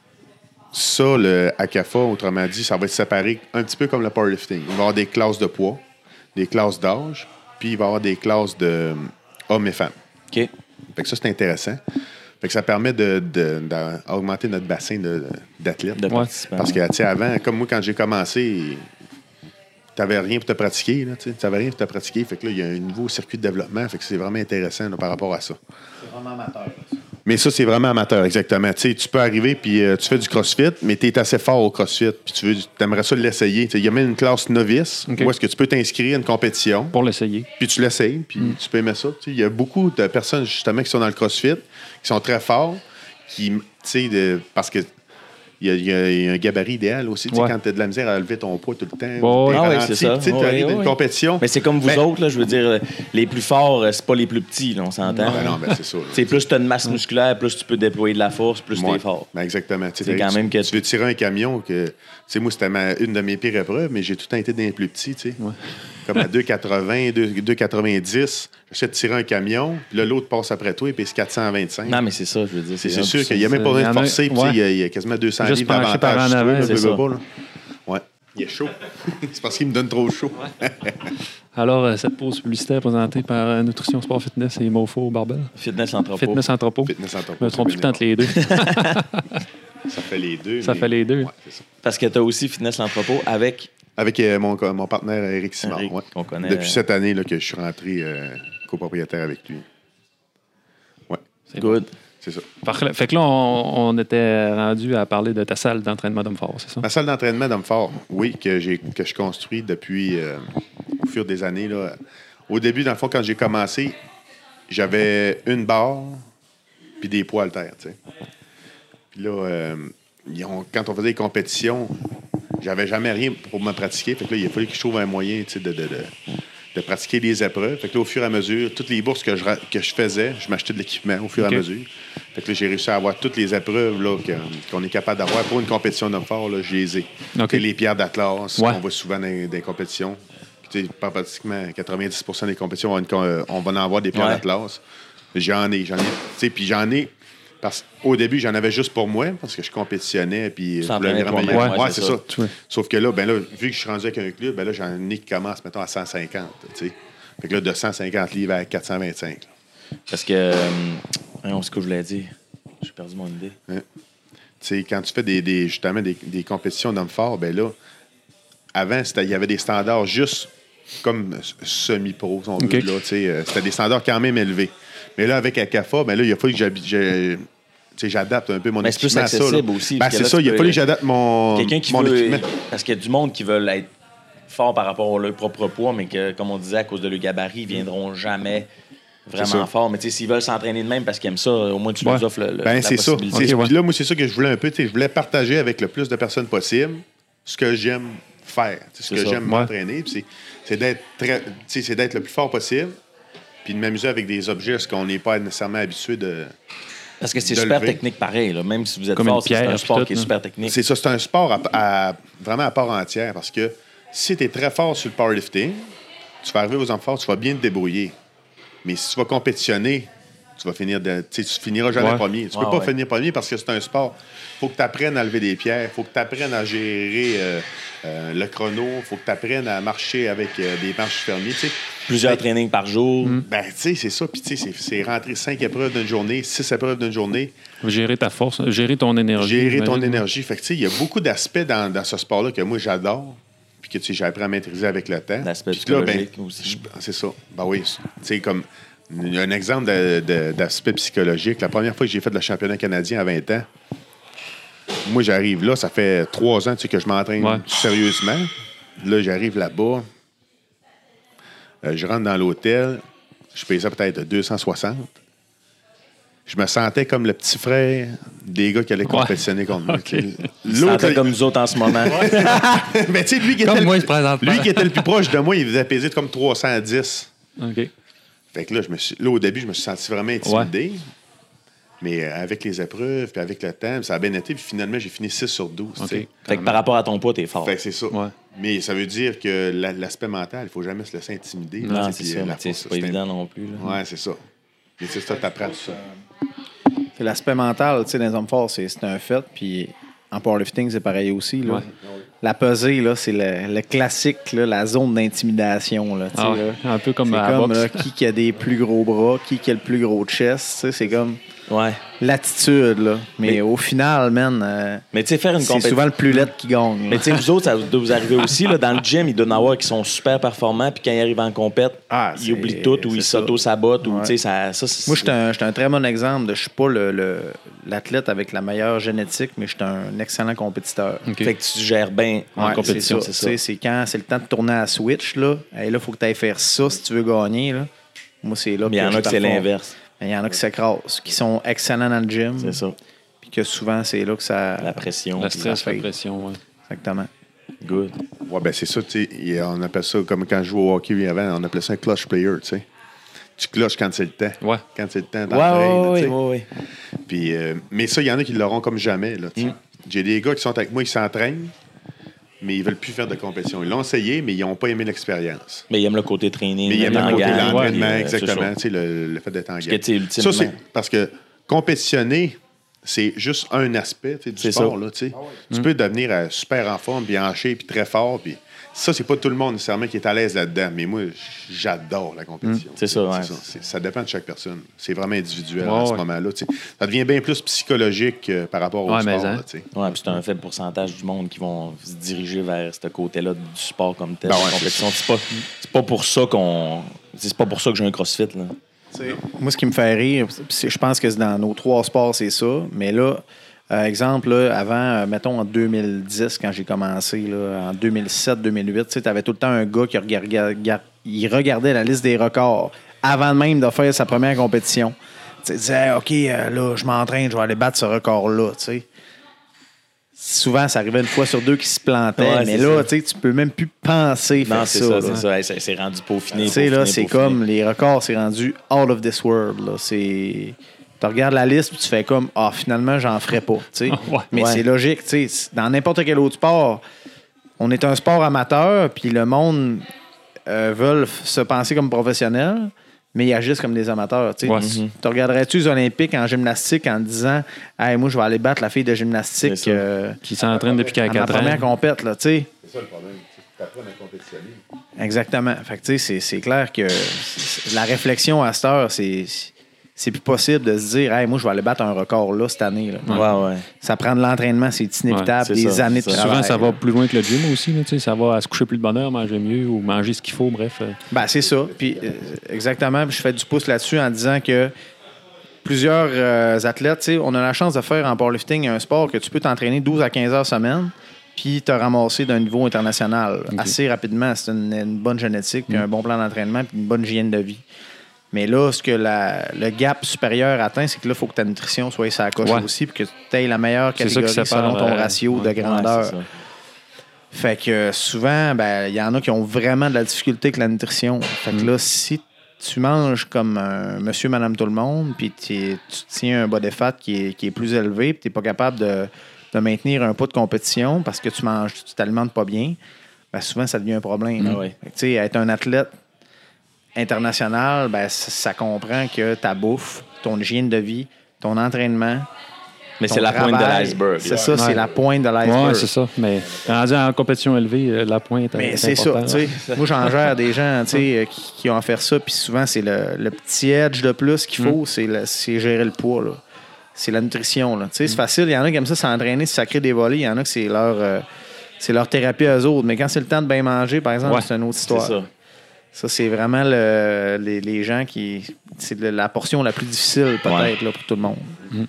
Ça, le A C A F A, autrement dit, ça va être séparé un petit peu comme le powerlifting. Il va y avoir des classes de poids, des classes d'âge, puis il va y avoir des classes de euh, hommes et femmes. OK. Fait que ça, c'est intéressant. Fait que ça permet de, de, d'augmenter notre bassin de, d'athlètes. De ouais. Parce que, tu sais, avant, comme moi, quand j'ai commencé, tu n'avais rien pour te pratiquer. Tu n'avais rien pour te pratiquer. Fait que là, il y a un nouveau circuit de développement. Fait que c'est vraiment intéressant là, par rapport à ça. C'est vraiment amateur. Là. Mais ça, c'est vraiment amateur, exactement. Tu sais, tu peux arriver puis euh, tu fais du crossfit, mais tu es assez fort au crossfit. Puis tu veux, aimerais ça l'essayer. Il y a même une classe novice okay. où est-ce que tu peux t'inscrire à une compétition. Pour l'essayer. Puis tu l'essayes, puis mm. tu peux aimer ça. Il y a beaucoup de personnes, justement, qui sont dans le crossfit, qui sont très forts, qui, tu sais, de, parce que il y, y, y a un gabarit idéal aussi. Ouais. Quand tu as de la misère à lever ton poids tout le temps. Bon, ah oui, c'est ça. Tu oh, arrives oui, dans oui. une compétition. Mais c'est comme vous ben, autres, là, je veux dire, les plus forts, c'est pas les plus petits, là, on s'entend. Ben non, ben c'est ça. C'est plus tu as une masse musculaire, plus tu peux déployer de la force, plus ouais. tu es fort. Ben exactement. C'est quand même que tu veux tirer un camion que. Tu sais, moi, c'était ma, une de mes pires épreuves, mais j'ai tout le temps été dans les plus petits, tu sais. Ouais. Comme à deux quatre-vingts, deux quatre-vingt-dix, j'essaie de tirer un camion, puis là, l'autre passe après toi, et puis c'est quatre cent vingt-cinq. Non, mais c'est ça, je veux dire. C'est, c'est sûr qu'il n'y a même pas besoin de forcer, puis il y, y a quasiment deux cents livres d'avantage. Par en avant, c'est ça. Pas, là. Ouais. Il est chaud. C'est parce qu'il me donne trop chaud. Ouais. Alors, euh, cette pause publicitaire présentée par euh, Nutrition Sport Fitness et Mofo Barbell. Fitness Entrepôt. Fitness Entrepôt. Fitness Entrepôt. Je me trompe tout le temps entre les deux. Ça fait les deux. Ça mais... fait les deux. Ouais, c'est ça. Parce que tu as aussi Fitness Entrepôt avec... Avec euh, mon, mon partenaire Éric Simard. Eric, ouais. qu'on connaît. Depuis cette année là, que je suis rentré euh, copropriétaire avec lui. Ouais. C'est good. Bon. C'est ça. Parfait. Fait que là, on, on était rendu à parler de ta salle d'entraînement d'homme fort, c'est ça? Ma salle d'entraînement d'homme fort, oui, que, j'ai, que je construis depuis euh, au fur des années. Là. Au début, dans le fond, quand j'ai commencé, j'avais une barre puis des poids haltères, tu sais. Puis là, euh, ont, quand on faisait des compétitions, j'avais jamais rien pour me pratiquer. Fait que là, il a fallu que je trouve un moyen, tu sais, de, de, de, de pratiquer les épreuves. Fait que là, au fur et à mesure, toutes les bourses que je, que je faisais, je m'achetais de l'équipement au fur et okay. à mesure. Fait que là, j'ai réussi à avoir toutes les épreuves là, qu'on est capable d'avoir pour une compétition d'homme fort. Là, je les ai. Okay. Les pierres d'Atlas, ouais. qu'on voit souvent dans, dans les compétitions. Puis, pratiquement quatre-vingt-dix pour cent des compétitions, on, une, on va en avoir des pierres ouais. d'Atlas. J'en ai, j'en ai. Puis j'en ai. Parce qu'au début, j'en avais juste pour moi, parce que je compétitionnais. Puis je voulais vraiment ouais, ouais, ouais, c'est ça. ça. Ouais. Sauf que là, ben là, vu que je suis rendu avec un club, ben là, j'en ai qui commencent, mettons, à cent cinquante. T'sais. Fait que là, de cent cinquante livres à quatre cent vingt-cinq. Là. Parce que. Euh, on ce que je voulais dire. J'ai perdu mon idée. Hein? T'sais, quand tu fais des, des, justement des, des compétitions d'hommes forts, ben là, avant, il y avait des standards juste comme semi-pro, si on okay. veut. Là, euh, c'était des standards quand même élevés. Mais là, avec A C A F A, ben là, il a fallu que j'ai, j'adapte un peu mon mais équipement à ça. C'est plus accessible aussi. Ben, c'est ça, il a fallu que j'adapte mon, Quelqu'un qui mon veut, équipement. Parce qu'il y a du monde qui veut être fort par rapport à leur propre poids, mais que, comme on disait, à cause de leur gabarit, ils ne viendront jamais vraiment forts. Mais s'ils veulent s'entraîner de même parce qu'ils aiment ça, au moins tu ouais. leur offres le, le, ben, la c'est possibilité. Ça. Okay, ouais. Puis là, moi, c'est ça que je voulais un peu. Je voulais partager avec le plus de personnes possible ce que j'aime faire, ce c'est que ça. j'aime ouais. m'entraîner. C'est, c'est, d'être très, c'est d'être le plus fort possible. Puis de m'amuser avec des objets, ce qu'on n'est pas nécessairement habitué de. Parce que c'est super lever. technique pareil, là. Même si vous êtes comme fort, pierre, c'est un sport tout, qui est super technique. C'est ça, c'est un sport à, à, vraiment à part entière. Parce que si tu es très fort sur le powerlifting, tu vas arriver aux hommes forts, tu vas bien te débrouiller. Mais si tu vas compétitionner, tu vas finir de. Tu finiras jamais ouais. premier. Tu ne ouais, peux pas ouais. finir premier parce que c'est un sport. Il faut que tu apprennes à lever des pierres, il faut que tu apprennes à gérer euh, euh, le chrono, il faut que tu apprennes à marcher avec euh, des marches fermées. T'sais. Plusieurs ben, trainings par jour. Mm. Ben, tu sais, c'est ça. Puis, tu sais, c'est, c'est rentrer cinq épreuves d'une journée, six épreuves d'une journée. Gérer ta force, gérer ton énergie. Gérer ton énergie. Fait que, tu sais, il y a beaucoup d'aspects dans, dans ce sport-là que moi, j'adore. Puis que, tu sais, j'ai appris à maîtriser avec le temps. L'aspect puis là, ben, aussi. Je, c'est ça. Ben oui. Tu sais, comme. Un exemple de, de, d'aspect psychologique. La première fois que j'ai fait le championnat canadien à vingt ans, moi, j'arrive là, ça fait trois ans tu sais, que je m'entraîne ouais. sérieusement. Là, j'arrive là-bas. Euh, je rentre dans l'hôtel. Je paye ça peut-être deux cent soixante. je me sentais comme le petit frère des gars qui allaient compétitionner ouais. contre moi. Okay. L'autre comme nous autres en ce moment. Mais tu sais, lui, qui était, moi, le... lui qui était le plus proche de moi, il faisait peser comme trois cent dix. OK. Fait que là, je me suis... là, au début, je me suis senti vraiment intimidé. Ouais. Mais avec les épreuves, puis avec le temps, ça a bien été. Puis finalement, j'ai fini six sur douze. Okay. Fait que par rapport à ton poids, t'es fort. Fait que c'est ça. Ouais. Mais ça veut dire que la, l'aspect mental, il ne faut jamais se laisser intimider. Non, là, c'est ça. La force, c'est pas évident non plus. Oui, c'est ça. Et c'est ça, t'apprends tout ça. C'est l'aspect mental, tu sais, dans les hommes forts, c'est, c'est un fait. Puis en powerlifting, c'est pareil aussi. Là. Ouais. La pesée, là, c'est le, le classique, là, la zone d'intimidation. Là, ah ouais. là. Un peu comme c'est à comme boxe. Là, qui, qui a des plus gros bras, qui, qui a le plus gros chest. Tu sais, c'est comme ouais. l'attitude. Là. Mais, mais au final, man, euh, mais faire une c'est compétition... souvent le plus laid qui gagne. Là. Mais tu sais, vous autres, ça doit vous arriver aussi. Là, dans le gym, il doit y en avoir qui sont super performants, puis quand ils arrivent en compète, ah, ils oublient tout ou ils s'auto-sabotent. Ouais. Ou, ça, ça, Moi, je suis un, un très bon exemple. De, je suis pas le, le, l'athlète avec la meilleure génétique, mais je suis un excellent compétiteur. Okay. Fait que tu gères bien en ouais, compétition. C'est, ça. C'est, c'est quand c'est le temps de tourner à la switch. Là, il là, faut que tu ailles faire ça si tu veux gagner. Là. Moi, c'est là. Mais il y en a que c'est l'inverse. Il y en a qui s'écrasent, qui sont excellents dans le gym. C'est ça. Puis que souvent, c'est là que ça. La pression. La stress, la, la pression, oui. Exactement. Good. Ouais, ben c'est ça, tu sais. On appelle ça, comme quand je jouais au hockey avant, on appelait ça un clutch player, tu sais. Tu cloches quand c'est le temps. Ouais. Quand c'est le temps d'entraîner. Ouais, ouais, ouais, ouais. Puis, euh, mais ça, il y en a qui l'auront comme jamais, là, tu sais. Mm. J'ai des gars qui sont avec moi, ils s'entraînent, mais ils veulent plus faire de compétition. Ils l'ont essayé, mais ils n'ont pas aimé l'expérience. Mais ils aiment le côté training. Mais ils aiment le côté de l'entraînement, ouais, exactement. Tu sais, le, le fait d'être en guerre. Ça, c'est parce que compétitionner, c'est juste un aspect du c'est sport. Là, ah ouais. Tu mm. peux devenir euh, super en forme, puis en shape, puis très fort. Puis ça, c'est pas tout le monde nécessairement qui est à l'aise là-dedans. Mais moi, j'adore la compétition. Mm. C'est ça, ouais. c'est ça. C'est, ça dépend de chaque personne. C'est vraiment individuel ouais, à ce ouais. moment-là. T'sais. Ça devient bien plus psychologique euh, par rapport au ouais, sport. Hein. Là, ouais, puis c'est un faible pourcentage du monde qui vont se diriger vers ce côté-là du sport comme tel. Ben ouais, la compétition. C'est, c'est, pas, c'est pas pour ça qu'on. C'est pas pour ça que j'ai un CrossFit. Là. T'sais, moi, ce qui me fait rire, je pense que c'est dans nos trois sports, c'est ça. Mais là, euh, exemple, là, avant, euh, mettons en deux mille dix, quand j'ai commencé, là, en deux mille sept deux mille huit, tu avais tout le temps un gars qui regardait, il regardait la liste des records avant même de faire sa première compétition. Tu disais, OK, euh, là, je m'entraîne, je vais aller battre ce record-là. T'sais. Souvent, ça arrivait une fois sur deux qui se plantait, ouais, mais là, tu peux même plus penser faire non, c'est ça. ça, c'est ça. C'est, c'est rendu peaufiné. Tu sais, là, c'est comme les records, c'est rendu out of this world. Là. C'est... Tu regardes la liste et tu fais comme, ah, finalement, j'en ferai pas. ouais, mais ouais. c'est logique. T'sais, dans n'importe quel autre sport, on est un sport amateur, puis le monde euh, veut se penser comme professionnel, mais ils agissent comme des amateurs. Ouais. Mm-hmm. Tu regarderais-tu les Olympiques en gymnastique en disant, hey, moi, je vais aller battre la fille de gymnastique euh, qui s'entraîne depuis quatre ans. La première compète, là, tu sais. C'est ça le problème. Tu apprends à compétitionner. Exactement. Fait que, tu sais, c'est, c'est clair que la réflexion à cette heure, c'est. C'est plus possible de se dire, hey, moi, je vais aller battre un record là cette année. Là. Ouais, ouais. Ça prend de l'entraînement, c'est inévitable, ouais, c'est des ça, années de travail. Souvent, ça va plus loin que le gym aussi. Là, ça va à se coucher plus de bonne heure, manger mieux ou manger ce qu'il faut, bref. Ben, c'est ça. Puis, euh, exactement. Puis je fais du pouce là-dessus en disant que plusieurs euh, athlètes, on a la chance de faire en powerlifting un sport que tu peux t'entraîner douze à quinze heures semaine puis te ramasser d'un niveau international okay. assez rapidement. C'est une, une bonne génétique, puis mm. un bon plan d'entraînement, puis une bonne hygiène de vie. Mais là, ce que la, le gap supérieur atteint, c'est que là, il faut que ta nutrition soit sur la coche ouais. aussi, puis que tu aies la meilleure catégorie selon ton euh, ratio ouais, de grandeur. Ouais, fait que souvent, ben, il y en a qui ont vraiment de la difficulté avec la nutrition. Fait que mm. là, si tu manges comme un monsieur, madame, tout le monde, puis tu tiens un body fat qui est, qui est plus élevé, puis tu n'es pas capable de, de maintenir un poids de compétition parce que tu manges, tu t'alimentes pas bien, ben, souvent, ça devient un problème. Mm. Ouais. Fait que, tu sais, être un athlète international, ben, ça, ça comprend que ta bouffe, ton hygiène de vie, ton entraînement. Mais c'est la travail, pointe de l'iceberg. C'est ça, ouais. c'est la pointe de l'iceberg. Oui, c'est ça. Mais rendu en compétition élevée, la pointe Mais est c'est important. ça. T'sais. Moi, j'en gère des gens t'sais, qui, qui ont à faire ça, puis souvent, c'est le, le petit edge de plus qu'il faut, mm. c'est, le, c'est gérer le poids. Là. C'est la nutrition. Là. Mm. C'est facile. Il y en a qui aiment ça s'entraîner, se sacrer des volets. Il y en a que c'est leur, euh, c'est leur thérapie à eux autres. Mais quand c'est le temps de bien manger, par exemple, ouais. c'est une autre histoire. C'est ça. Ça, c'est vraiment le, les, les gens qui... C'est la portion la plus difficile, peut-être, ouais. là, pour tout le monde. Mm.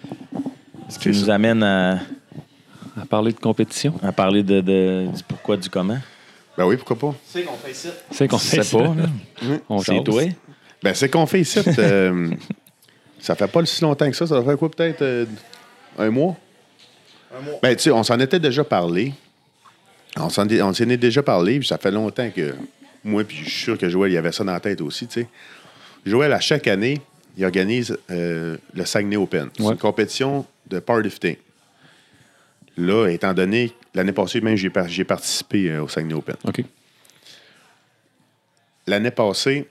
Ce qui nous amène à... À parler de compétition. À parler de, de, du pourquoi, du comment. Ben oui, pourquoi pas. C'est qu'on fait ici. C'est qu'on fait ici. pas, là. On c'est toi. Ben, c'est qu'on fait ici. Euh, Ça fait pas si longtemps que ça. Ça doit faire quoi, peut-être euh, un mois? Un mois. Ben, tu sais, on s'en était déjà parlé. On s'en, on s'en est déjà parlé, puis ça fait longtemps que moi, puis je suis sûr que Joël, il avait ça dans la tête aussi, tu sais. Joël, à chaque année, il organise euh, le Saguenay Open. Ouais. C'est une compétition de powerlifting. Là, étant donné, l'année passée, même, j'ai, j'ai participé euh, au Saguenay Open. OK. L'année passée,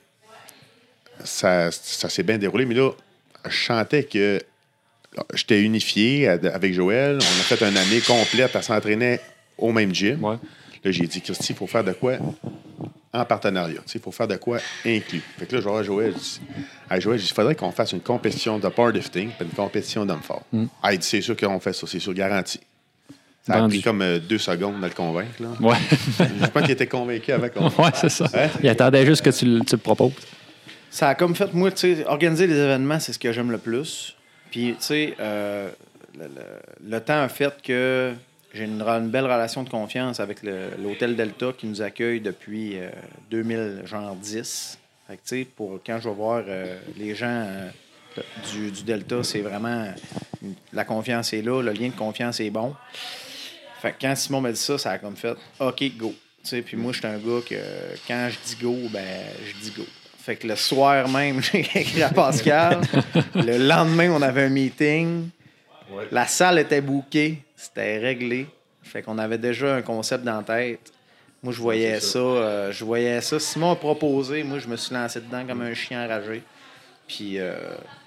ça, ça s'est bien déroulé, mais là, je sentais que j'étais unifié avec Joël. On a fait une année complète à s'entraîner au même gym. Ouais. Là, j'ai dit, Christy, il faut faire de quoi en partenariat. Il faut faire de quoi inclus. Fait que là, je vois Joël, je dis, hey, Joël, il faudrait qu'on fasse une compétition de powerlifting puis une compétition d'homme fort. Mm. Ah, il dit, c'est sûr qu'on fait ça, c'est sûr, garanti. Ça a Bandy. pris comme euh, deux secondes de le convaincre. Là. Ouais. Je pense qu'il était convaincu avec. On... Ouais, c'est ça. Hein? Il attendait juste que tu, tu le proposes. Ça a comme fait, moi, tu sais, organiser les événements, c'est ce que j'aime le plus. Puis, tu sais, euh, le, le, le temps a fait que j'ai une, une belle relation de confiance avec le, l'Hôtel Delta qui nous accueille depuis euh, deux mille dix. Fait que, tu sais, pour quand je vais voir euh, les gens euh, du, du Delta, c'est vraiment... La confiance est là, le lien de confiance est bon. Fait que quand Simon m'a dit ça, ça a comme fait « OK, go ». Puis moi, je suis un gars que quand je dis go, ben je dis go. Fait que le soir même, j'ai écrit à Pascal. Le lendemain, on avait un meeting. Ouais. La salle était bookée. C'était réglé. Fait qu'on avait déjà un concept dans la tête. Moi, je voyais ouais, ça. ça euh, je voyais ça. Simon a proposé. Moi, je me suis lancé dedans comme un chien enragé. Puis... Euh,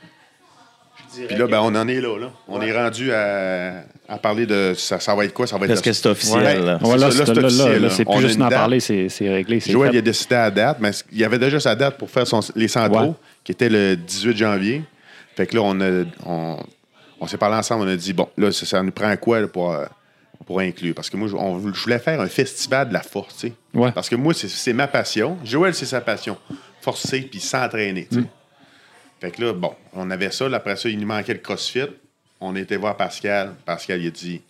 Puis là, ben, on en est là. là. On ouais. est rendu à, à parler de ça, ça va être quoi? Ça va être Parce que c'est officiel. Ouais. Là. Ouais, là, c'est, là, c'est, là, là, là, c'est plus on juste d'en parler, c'est, c'est réglé. C'est Joël il a décidé à la date, mais il y avait déjà sa date pour faire son, les Sandros, ouais. qui était le dix-huit janvier. Fait que là, on, a, on, on s'est parlé ensemble, on a dit, bon, là, ça, ça nous prend quoi là, pour, pour inclure? Parce que moi, on, je voulais faire un festival de la force, tu sais. Ouais. Parce que moi, c'est, c'est ma passion. Joël, c'est sa passion. Forcer puis s'entraîner, tu sais. Mm. Fait que là, bon, on avait ça. Là, après ça, il nous manquait le CrossFit. On était voir Pascal. Pascal, il a dit...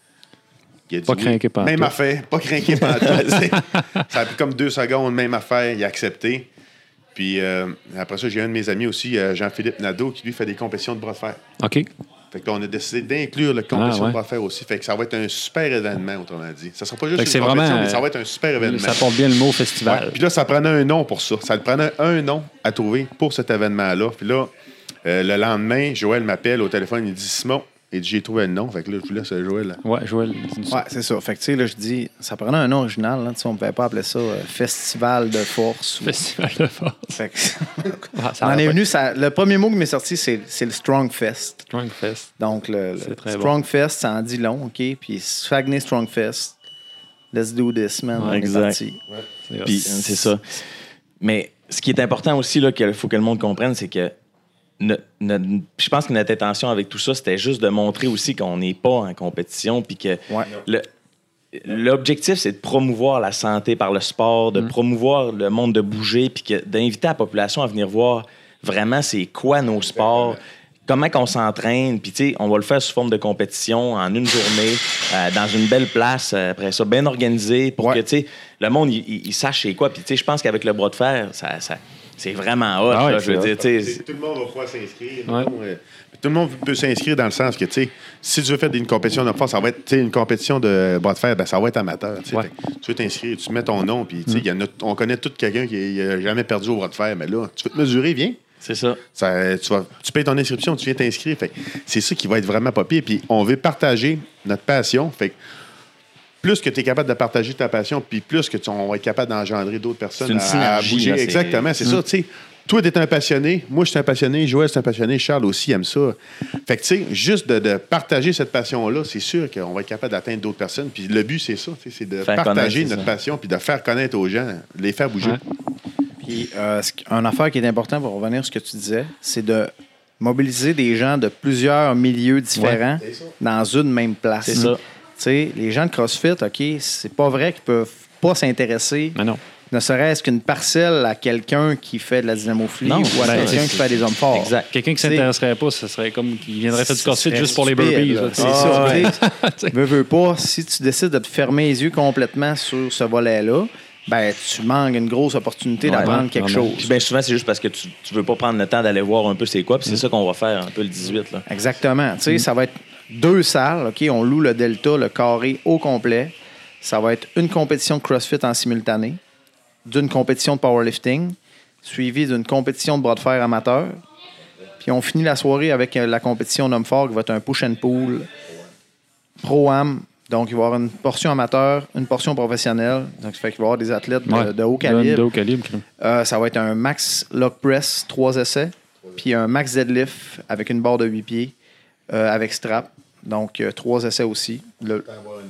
Il a dit pas oui, craqué par même affaire. Pas craqué par Ça a pris comme deux secondes, même affaire. Il a accepté. Puis euh, après ça, j'ai un de mes amis aussi, Jean-Philippe Nadeau, qui lui fait des compétitions de bras de fer. OK. Fait que là, on a décidé d'inclure la compétition ah, ouais. de bras de fer aussi. Fait que ça va être un super événement, autrement dit. Ça sera pas juste une compétition, vraiment, mais ça va être un super événement. Ça porte bien le mot festival. Ouais. Puis là, ça prenait un nom pour ça. Ça prenait un nom à trouver pour cet événement-là. Puis là, Euh, le lendemain, Joël m'appelle au téléphone, il dit Simon, il dit j'ai trouvé le nom. Fait que là, je vous laisse Joël. Là. Ouais, Joël. Ouais, c'est ça. Fait que tu sais, là, je dis, ça prenait un nom original. Là, on ne pouvait pas appeler ça euh, Festival de force. Festival ou... de force. Fait que... ah, ça on est venu, ça... le premier mot qui m'est sorti, c'est, c'est le Strong Fest. Strong Fest. Donc, le, le Strong bon. Fest, ça en dit long, OK? Puis Saguenay Strong Fest. Let's do this, man. Ouais, exact. Ouais. C'est Puis c'est ça. Mais ce qui est important aussi, là, qu'il faut que le monde comprenne, c'est que Notre, notre, je pense que notre intention avec tout ça, c'était juste de montrer aussi qu'on n'est pas en compétition, puis que ouais. le, l'objectif, c'est de promouvoir la santé par le sport, de mmh. promouvoir le monde de bouger, puis que, d'inviter la population à venir voir vraiment c'est quoi nos sports, comment qu'on s'entraîne, puis tu sais, on va le faire sous forme de compétition en une journée, euh, dans une belle place, euh, après ça, bien organisé, pour ouais. que, tu sais, le monde, il, il sache c'est quoi. Puis tu sais, je pense qu'avec le bras de fer, ça... ça c'est vraiment hot. Ah ouais, là, je veux dire, tout le monde va pouvoir s'inscrire. Ouais. Tout, euh, tout le monde peut s'inscrire dans le sens que, tu sais, si tu veux faire une compétition de force, ça va être une compétition de bras de fer, ben, ça va être amateur. Ouais. Tu veux t'inscrire, tu mets ton nom, puis mm. on connaît tout quelqu'un qui n'a jamais perdu au bras de fer, mais là, tu veux te mesurer, viens. C'est ça. ça tu, vas, tu payes ton inscription, tu viens t'inscrire. Fait, c'est ça qui va être vraiment pas pire. Puis on veut partager notre passion. Fait plus que tu es capable de partager ta passion, puis plus que tu, on va être capable d'engendrer d'autres personnes à, à bouger. Là, exactement, c'est, c'est ça. Tu sais, toi, tu es un passionné, moi, je suis un passionné, Joël, c'est un passionné, Charles aussi aime ça. Fait que, tu sais, juste de, de partager cette passion-là, c'est sûr qu'on va être capable d'atteindre d'autres personnes. Puis le but, c'est ça, c'est de faire partager notre ça. passion, puis de faire connaître aux gens, de les faire bouger. Ouais. Puis, euh, une affaire qui est importante pour revenir à ce que tu disais, c'est de mobiliser des gens de plusieurs milieux différents ouais. dans une même place. C'est ça. T'sais, les gens de CrossFit, OK, c'est pas vrai qu'ils peuvent pas s'intéresser, mais non. ne serait-ce qu'une parcelle à quelqu'un qui fait de la dynamophilie non, ou à ben, quelqu'un qui fait des hommes forts. Exact. Quelqu'un qui s'intéresserait pas, ce serait comme qui viendrait faire du CrossFit juste pour les burpees. Là. C'est ah, ça. Ouais. Veux, veux pas, si tu décides de te fermer les yeux complètement sur ce volet-là, ben tu manques une grosse opportunité ouais, d'apprendre ouais, quelque chose. Puis bien souvent, c'est juste parce que tu ne veux pas prendre le temps d'aller voir un peu c'est quoi, puis c'est mm. ça qu'on va faire un peu le dix-huit. Là. Exactement. Tu sais, mm. ça va être deux salles, OK? On loue le Delta, le carré au complet. Ça va être une compétition de CrossFit en simultané, d'une compétition de powerlifting, suivie d'une compétition de bras de fer amateur. Puis on finit la soirée avec la compétition d'homme fort qui va être un push and pull pro-am. Donc, il va y avoir une portion amateur, une portion professionnelle. Donc, ça fait qu'il va y avoir des athlètes de, ouais, de haut calibre. De haut calibre. Euh, ça va être un max log press, trois essais, puis un max deadlift avec une barre de huit pieds euh, avec strap. Donc, euh, trois essais aussi. Le...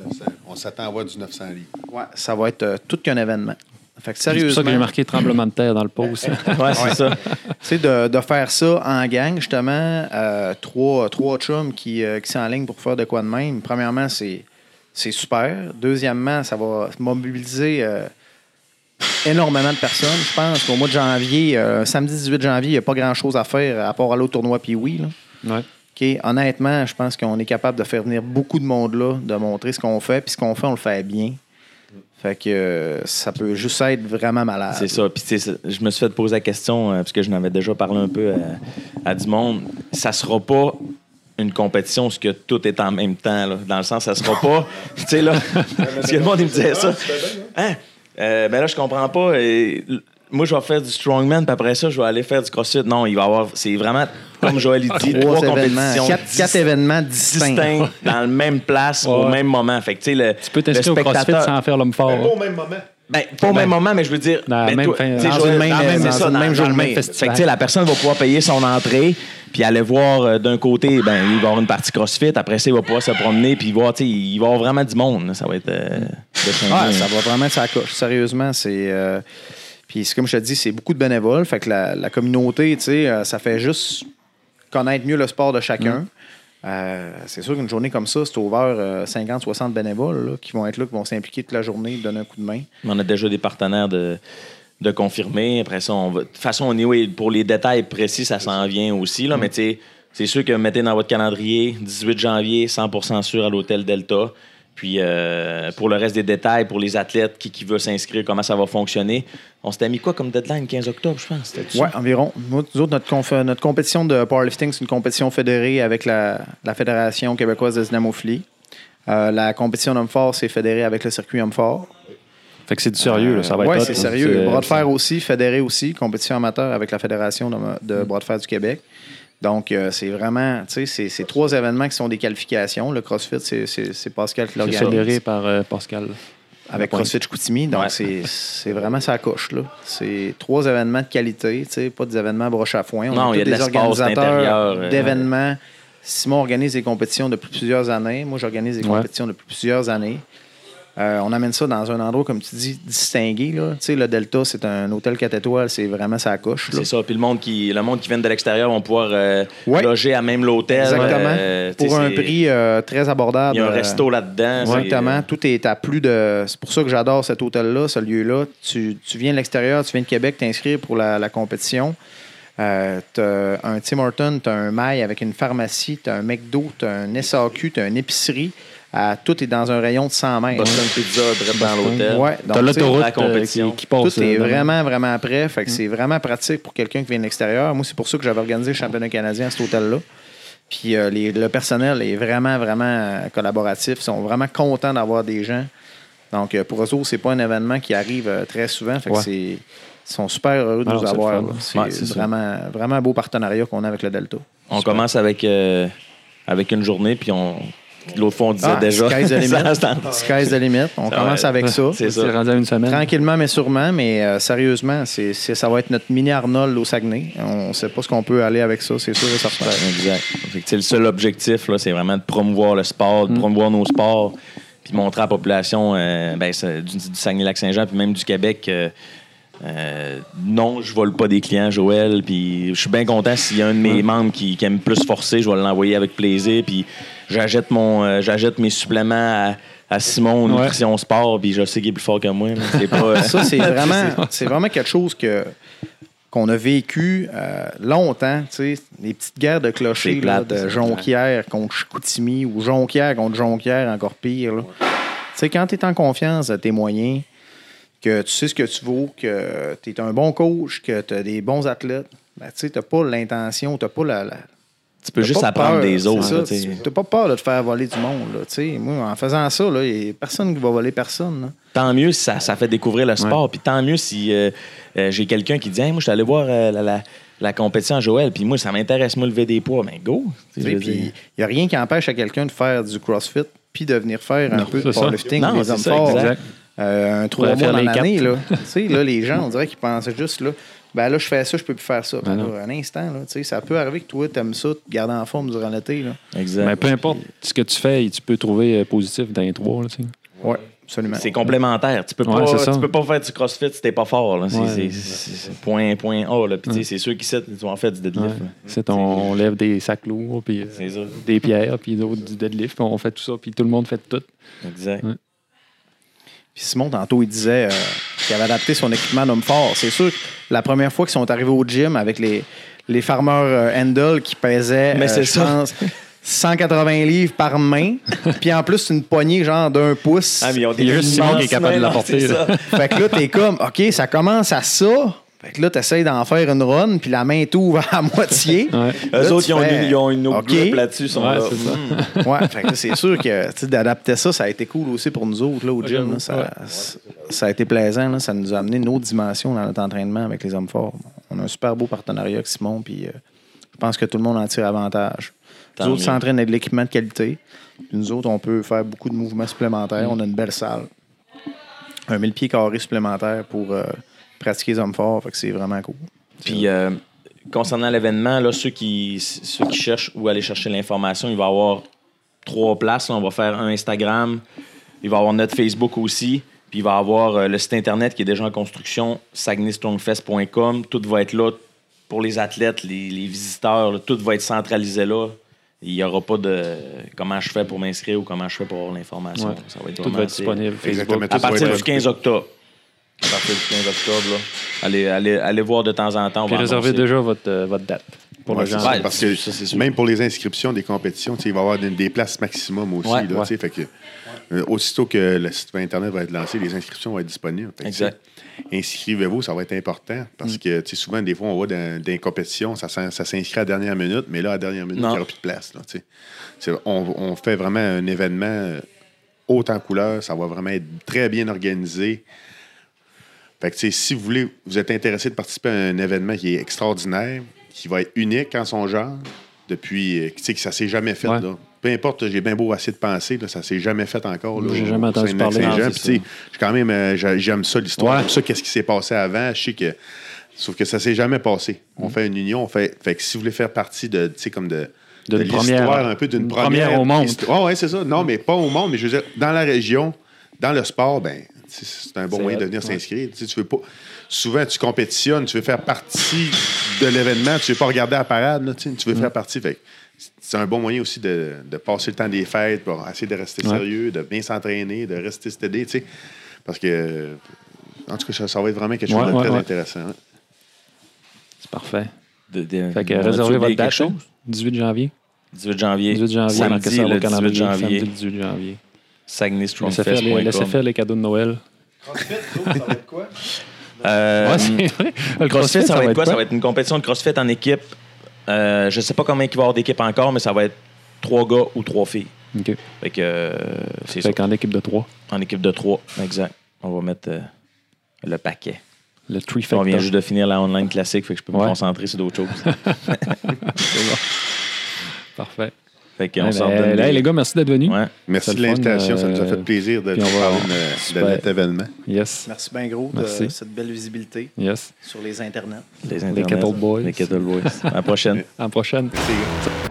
On s'attend à avoir du neuf cents livres. Ouais, ça va être euh, tout qu'un événement. Fait que sérieusement... C'est pour ça que j'ai marqué tremblement de terre dans le post. ouais, c'est ça. Tu sais, de, de faire ça en gang, justement, euh, trois, trois chums qui, euh, qui sont en ligne pour faire de quoi de même. Premièrement, c'est, c'est super. Deuxièmement, ça va mobiliser euh, énormément de personnes. Je pense qu'au mois de janvier, euh, samedi dix-huit janvier, il n'y a pas grand-chose à faire à part aller au tournoi Pee-Wee. Ouais. Okay. Honnêtement, je pense qu'on est capable de faire venir beaucoup de monde là, de montrer ce qu'on fait. Puis ce qu'on fait, on le fait bien. Fait que euh, ça peut juste être vraiment malade. C'est ça. Puis je me suis fait poser la question, euh, parce que je n'avais déjà parlé un peu à, à du monde. Ça sera pas une compétition où que tout est en même temps. Là. Dans le sens, ça sera pas... tu sais, là... parce que le monde, il me disait ça. Hein? Euh, ben là, je comprends pas. Et, moi, je vais faire du strongman, puis après ça, je vais aller faire du crossfit. Non, il va y avoir... C'est vraiment, comme Joël dit, trois, trois compétitions. Quatre, dis- quatre événements distincts. distincts dans la même place, ouais. au même moment. Fait que, tu sais, le, tu peux t'inscrire au crossfit sans faire l'homme fort. Mais pas au même moment. Ben, pas au ben, même moment, mais je veux dire... Dans ben, même toi, fin, dans Joël, une même, dans même, dans ça, une dans, même dans journée. Même festival. Fait que, tu sais, la personne va pouvoir payer son entrée, puis aller voir euh, d'un côté, ben, il va y avoir une partie CrossFit. Après ça, il va pouvoir se promener, puis voir, tu sais, il va y avoir vraiment du monde. Là. Ça va être... Euh, ah, ça va vraiment être sa coche. Sérieusement, c'est... Euh... Puis, comme je te dis, c'est beaucoup de bénévoles. Fait que la, la communauté, tu sais, euh, ça fait juste connaître mieux le sport de chacun. Mmh. Euh, c'est sûr qu'une journée comme ça, c'est ouvert euh, cinquante soixante bénévoles là, qui vont être là, qui vont s'impliquer toute la journée, donner un coup de main. On a déjà des partenaires de, de confirmer. Après ça, on va... de toute façon, anyway, pour les détails précis, ça s'en vient aussi. Là, mmh. Mais tu sais, c'est sûr que mettez dans votre calendrier, dix-huit janvier, cent pour cent sûr à l'hôtel Delta. Puis euh, pour le reste des détails, pour les athlètes qui, qui veulent s'inscrire, comment ça va fonctionner, on s'était mis quoi comme deadline? quinze octobre, je pense? Oui, environ. Nous autres, notre, conf- notre compétition de powerlifting, c'est une compétition fédérée avec la, la Fédération québécoise de dynamophilie. Euh, la compétition d'homme fort, c'est fédéré avec le circuit homme fort. Fait que c'est du sérieux, là. Ça va euh, être Oui, c'est sérieux. C'est... Bras de fer aussi, fédéré aussi, compétition amateur avec la Fédération de, de bras de fer du Québec. Donc, euh, c'est vraiment, tu sais, c'est, c'est trois événements qui sont des qualifications. Le CrossFit, c'est, c'est, c'est Pascal qui l'organise. C'est fédéré par euh, Pascal. Avec CrossFit Chicoutimi. Donc, ouais. c'est, c'est vraiment sa coche, là. C'est trois événements de qualité, tu sais, pas des événements broche à foin. On non, il y a des organisateurs euh, d'événements. Simon organise des compétitions depuis plusieurs années. Moi, j'organise des ouais. compétitions depuis plusieurs années. Euh, on amène ça dans un endroit, comme tu dis, distingué. Là. Tu sais, le Delta, c'est un hôtel quatre étoiles, c'est vraiment sa coche. Là. C'est ça. Puis le monde qui, le monde qui vient de l'extérieur vont pouvoir euh, ouais. loger à même l'hôtel. Exactement. Euh, pour un prix euh, très abordable. Il y a un resto là-dedans. Exactement. C'est... Tout est à plus de... C'est pour ça que j'adore cet hôtel-là, ce lieu-là. Tu, tu viens de l'extérieur, tu viens de Québec t'inscrire pour la, la compétition. Euh, tu as un Tim Hortons, tu as un Maille avec une pharmacie, tu as un McDo, tu as un S A Q, tu as une épicerie. À, tout est dans un rayon de cent mètres. Boston Pizza, direct dans l'hôtel. Ouais, donc, t'as l'autoroute la compétition. Euh, qui, qui passe. Tout est vraiment, vraiment prêt. Fait que mm. c'est vraiment pratique pour quelqu'un qui vient de l'extérieur. Moi, c'est pour ça que j'avais organisé le championnat canadien à cet hôtel-là. Puis euh, les, le personnel est vraiment, vraiment collaboratif. Ils sont vraiment contents d'avoir des gens. Donc, euh, pour eux autres, c'est pas un événement qui arrive euh, très souvent. Fait que ouais. c'est, ils sont super heureux de Alors, nous c'est avoir. C'est, ouais, c'est vraiment, vraiment un beau partenariat qu'on a avec le Delta. On super. commence avec, euh, avec une journée, puis on... L'autre fois, on disait ah, déjà. Sky's the limit. Sky's the limit. On ça commence va, avec ça. C'est ça. C'est rendu à une semaine. Tranquillement, mais sûrement. Mais euh, sérieusement, c'est, c'est, ça va être notre mini Arnold au Saguenay. On ne sait pas ce qu'on peut aller avec ça. C'est sûr et certain. Exact. Fait que, le seul objectif, là, c'est vraiment de promouvoir le sport, de mm. promouvoir nos sports, puis montrer à la population euh, ben, du, du Saguenay-Lac-Saint-Jean, puis même du Québec. Euh, Euh, non, je vole pas des clients, Joël. Puis je suis bien content s'il y a un de mes membres qui, qui aime plus forcer, je vais l'envoyer avec plaisir. Puis j'achète mon, euh, j'achète mes suppléments à, à Simon Nutrition ouais. Sport. Puis je sais qu'il est plus fort que moi. C'est pas, euh... Ça, c'est vraiment, c'est vraiment quelque chose que qu'on a vécu euh, longtemps. Tu sais, les petites guerres de clochers là, de Jonquière contre Chicoutimi ou Jonquière contre Jonquière, encore pire. Tu sais, quand tu es en confiance de tes moyens. que tu sais ce que tu vaux, que tu es un bon coach, que tu as des bons athlètes, ben, tu sais, tu n'as pas l'intention, tu n'as pas la... la tu peux juste apprendre peur, des autres. Tu n'as pas peur là, de faire voler du monde. Là, moi, en faisant ça, il n'y a personne qui va voler personne. Là. Tant mieux si ça, ça fait découvrir le sport. Ouais. Puis tant mieux si euh, euh, j'ai quelqu'un qui dit hey, « moi, je suis allé voir euh, la, la, la compétition à Joël, puis moi, ça m'intéresse, moi, lever des poids. » Ben go! Il n'y a rien qui empêche à quelqu'un de faire du CrossFit puis de venir faire non, un peu de powerlifting non, des hommes ça, forts. Exact. Euh, un trois mois dans l'année. Là. là, les gens, on dirait qu'ils pensaient juste... là. Ben là, je fais ça, je peux plus faire ça. Ben là, un instant, là, ça peut arriver que toi, tu aimes ça, te garder en forme durant l'été. Là. Exact. Mais peu importe ce que tu fais, tu peux trouver positif dans les trois. Oui, absolument. C'est complémentaire. Tu peux pas, ouais, tu peux pas faire du CrossFit si t'es pas fort. Là. Ouais, c'est, c'est, c'est point, point A. Là. Puis, ouais. C'est ceux qui sont en fait du deadlift. Ouais. C'est ton, on lève des sacs lourds, puis euh, des pierres, puis d'autres du deadlift. Puis on fait tout ça, puis tout le monde fait tout. Exact. Ouais. Puis Simon, tantôt, il disait euh, qu'il avait adapté son équipement d'homme fort. C'est sûr que la première fois qu'ils sont arrivés au gym avec les, les farmers euh, Handle qui pesaient, Mais c'est euh, je pense, cent quatre-vingts livres par main. Puis en plus, une poignée genre d'un pouce. Ah, mais ils ont des il y a juste Simon qui est capable de la porter. Fait que là, t'es comme, OK, ça commence à ça. Fait que là, t'essayes d'en faire une run, puis la main t'ouvre à moitié. Ouais. Là, eux autres, ils ont, fais... une, ils ont une autre okay. Grip là-dessus. Sont ouais, là. C'est ça. Mmh. Ouais, fait que c'est sûr que d'adapter ça, ça a été cool aussi pour nous autres là, au gym. Là, ça, ouais. ça a été plaisant. Là, ça nous a amené une autre dimension dans notre entraînement avec les hommes forts. On a un super beau partenariat avec Simon, puis euh, je pense que tout le monde en tire avantage. Tant les autres s'entraînent avec de l'équipement de qualité. Puis nous autres, on peut faire beaucoup de mouvements supplémentaires. Mmh. On a une belle salle. Un mille pieds carrés supplémentaires pour... Euh, pratiquer les hommes forts, fait que c'est vraiment cool. Puis, euh, concernant l'événement, là, ceux qui, ceux qui cherchent où aller chercher l'information, il va y avoir trois places. Là. On va faire un Instagram, il va y avoir notre Facebook aussi, puis il va y avoir euh, le site Internet qui est déjà en construction, saguenay strongfest point com. Tout va être là pour les athlètes, les, les visiteurs. Là, tout va être centralisé là. Il n'y aura pas de comment je fais pour m'inscrire ou comment je fais pour avoir l'information. Ouais. Ça va être tout va être disponible. Facebook. À partir du quinze octobre. À partir du quinze octobre, là. Allez, allez, allez voir de temps en temps. Puis réservez déjà votre, euh, votre date pour ouais, le genre. Ça, parce que ça, c'est même pour les inscriptions des compétitions, il va y avoir des, des places maximum aussi. Ouais, là, ouais. Fait que, euh, aussitôt que le site Internet va être lancé, les inscriptions vont être disponibles. Fait que, exact. Inscrivez-vous, ça va être important parce mm. que souvent, des fois, on voit dans des compétitions, ça, ça s'inscrit à la dernière minute, mais là, à la dernière minute, il n'y aura plus de place. Là, on, on fait vraiment un événement haut en couleur, ça va vraiment être très bien organisé. Fait que, si vous voulez, vous êtes intéressé de participer à un événement qui est extraordinaire, qui va être unique en son genre, depuis, tu sais, que ça s'est jamais fait. Ouais. Là. Peu importe, j'ai bien beau essayer de penser, là, ça s'est jamais fait encore. Là, j'ai jamais entendu parler. Non, puis, quand même, euh, j'aime ça, l'histoire. Ouais. Pour ça, qu'est-ce qui s'est passé avant, je sais que... Sauf que ça s'est jamais passé. On mm. fait une union, on fait... Fait que si vous voulez faire partie de, tu sais, comme de... De, de l'histoire, un peu d'une première... première au monde. Oui, ouais, c'est ça. Non, mais pas au monde, mais je veux dire, dans la région, dans le sport, ben c'est un bon c'est moyen de venir ouais. s'inscrire. Tu sais, tu veux pas... Souvent, tu compétitionnes, tu veux faire partie de l'événement, tu veux pas regarder la parade, là, tu veux mm. faire partie. Fait c'est un bon moyen aussi de, de passer le temps des fêtes pour essayer de rester ouais. sérieux, de bien s'entraîner, de rester stédé, tu sais. Parce que, en tout cas, ça, ça va être vraiment quelque chose ouais, de ouais, très ouais. intéressant. Hein. C'est parfait. De, de, fait que réservez votre date, chose? dix-huit janvier. dix-huit janvier. dix-huit janvier. Samedi, le dix-huit janvier. Samedi, le dix-huit janvier. saguenay strongfest point com. Laissez faire les cadeaux de Noël. CrossFit, ça va être quoi? Euh, ouais, c'est vrai. Le CrossFit, ça, ça va être quoi? Ça va être une compétition de CrossFit en équipe. Euh, je ne sais pas combien il va y avoir d'équipes encore, mais ça va être trois gars ou trois filles. OK. Fait que, euh, c'est fait qu'en équipe de trois. En équipe de trois, exact. On va mettre euh, le paquet. Le trifecta. On vient juste de finir la online classique, fait que je peux ouais. me concentrer sur d'autres choses. C'est bon. Parfait. Fait qu'on ouais, sort ben, de... hey, les gars, merci d'être venus. Ouais. Merci de l'invitation. Euh, ça nous a fait plaisir de parler de, de notre événement. Yes. Merci bien gros de merci. Cette belle visibilité yes. sur les internets. Les, internets, les Kettle Boys. Les Kettle Boys. À la prochaine. À la prochaine. See you.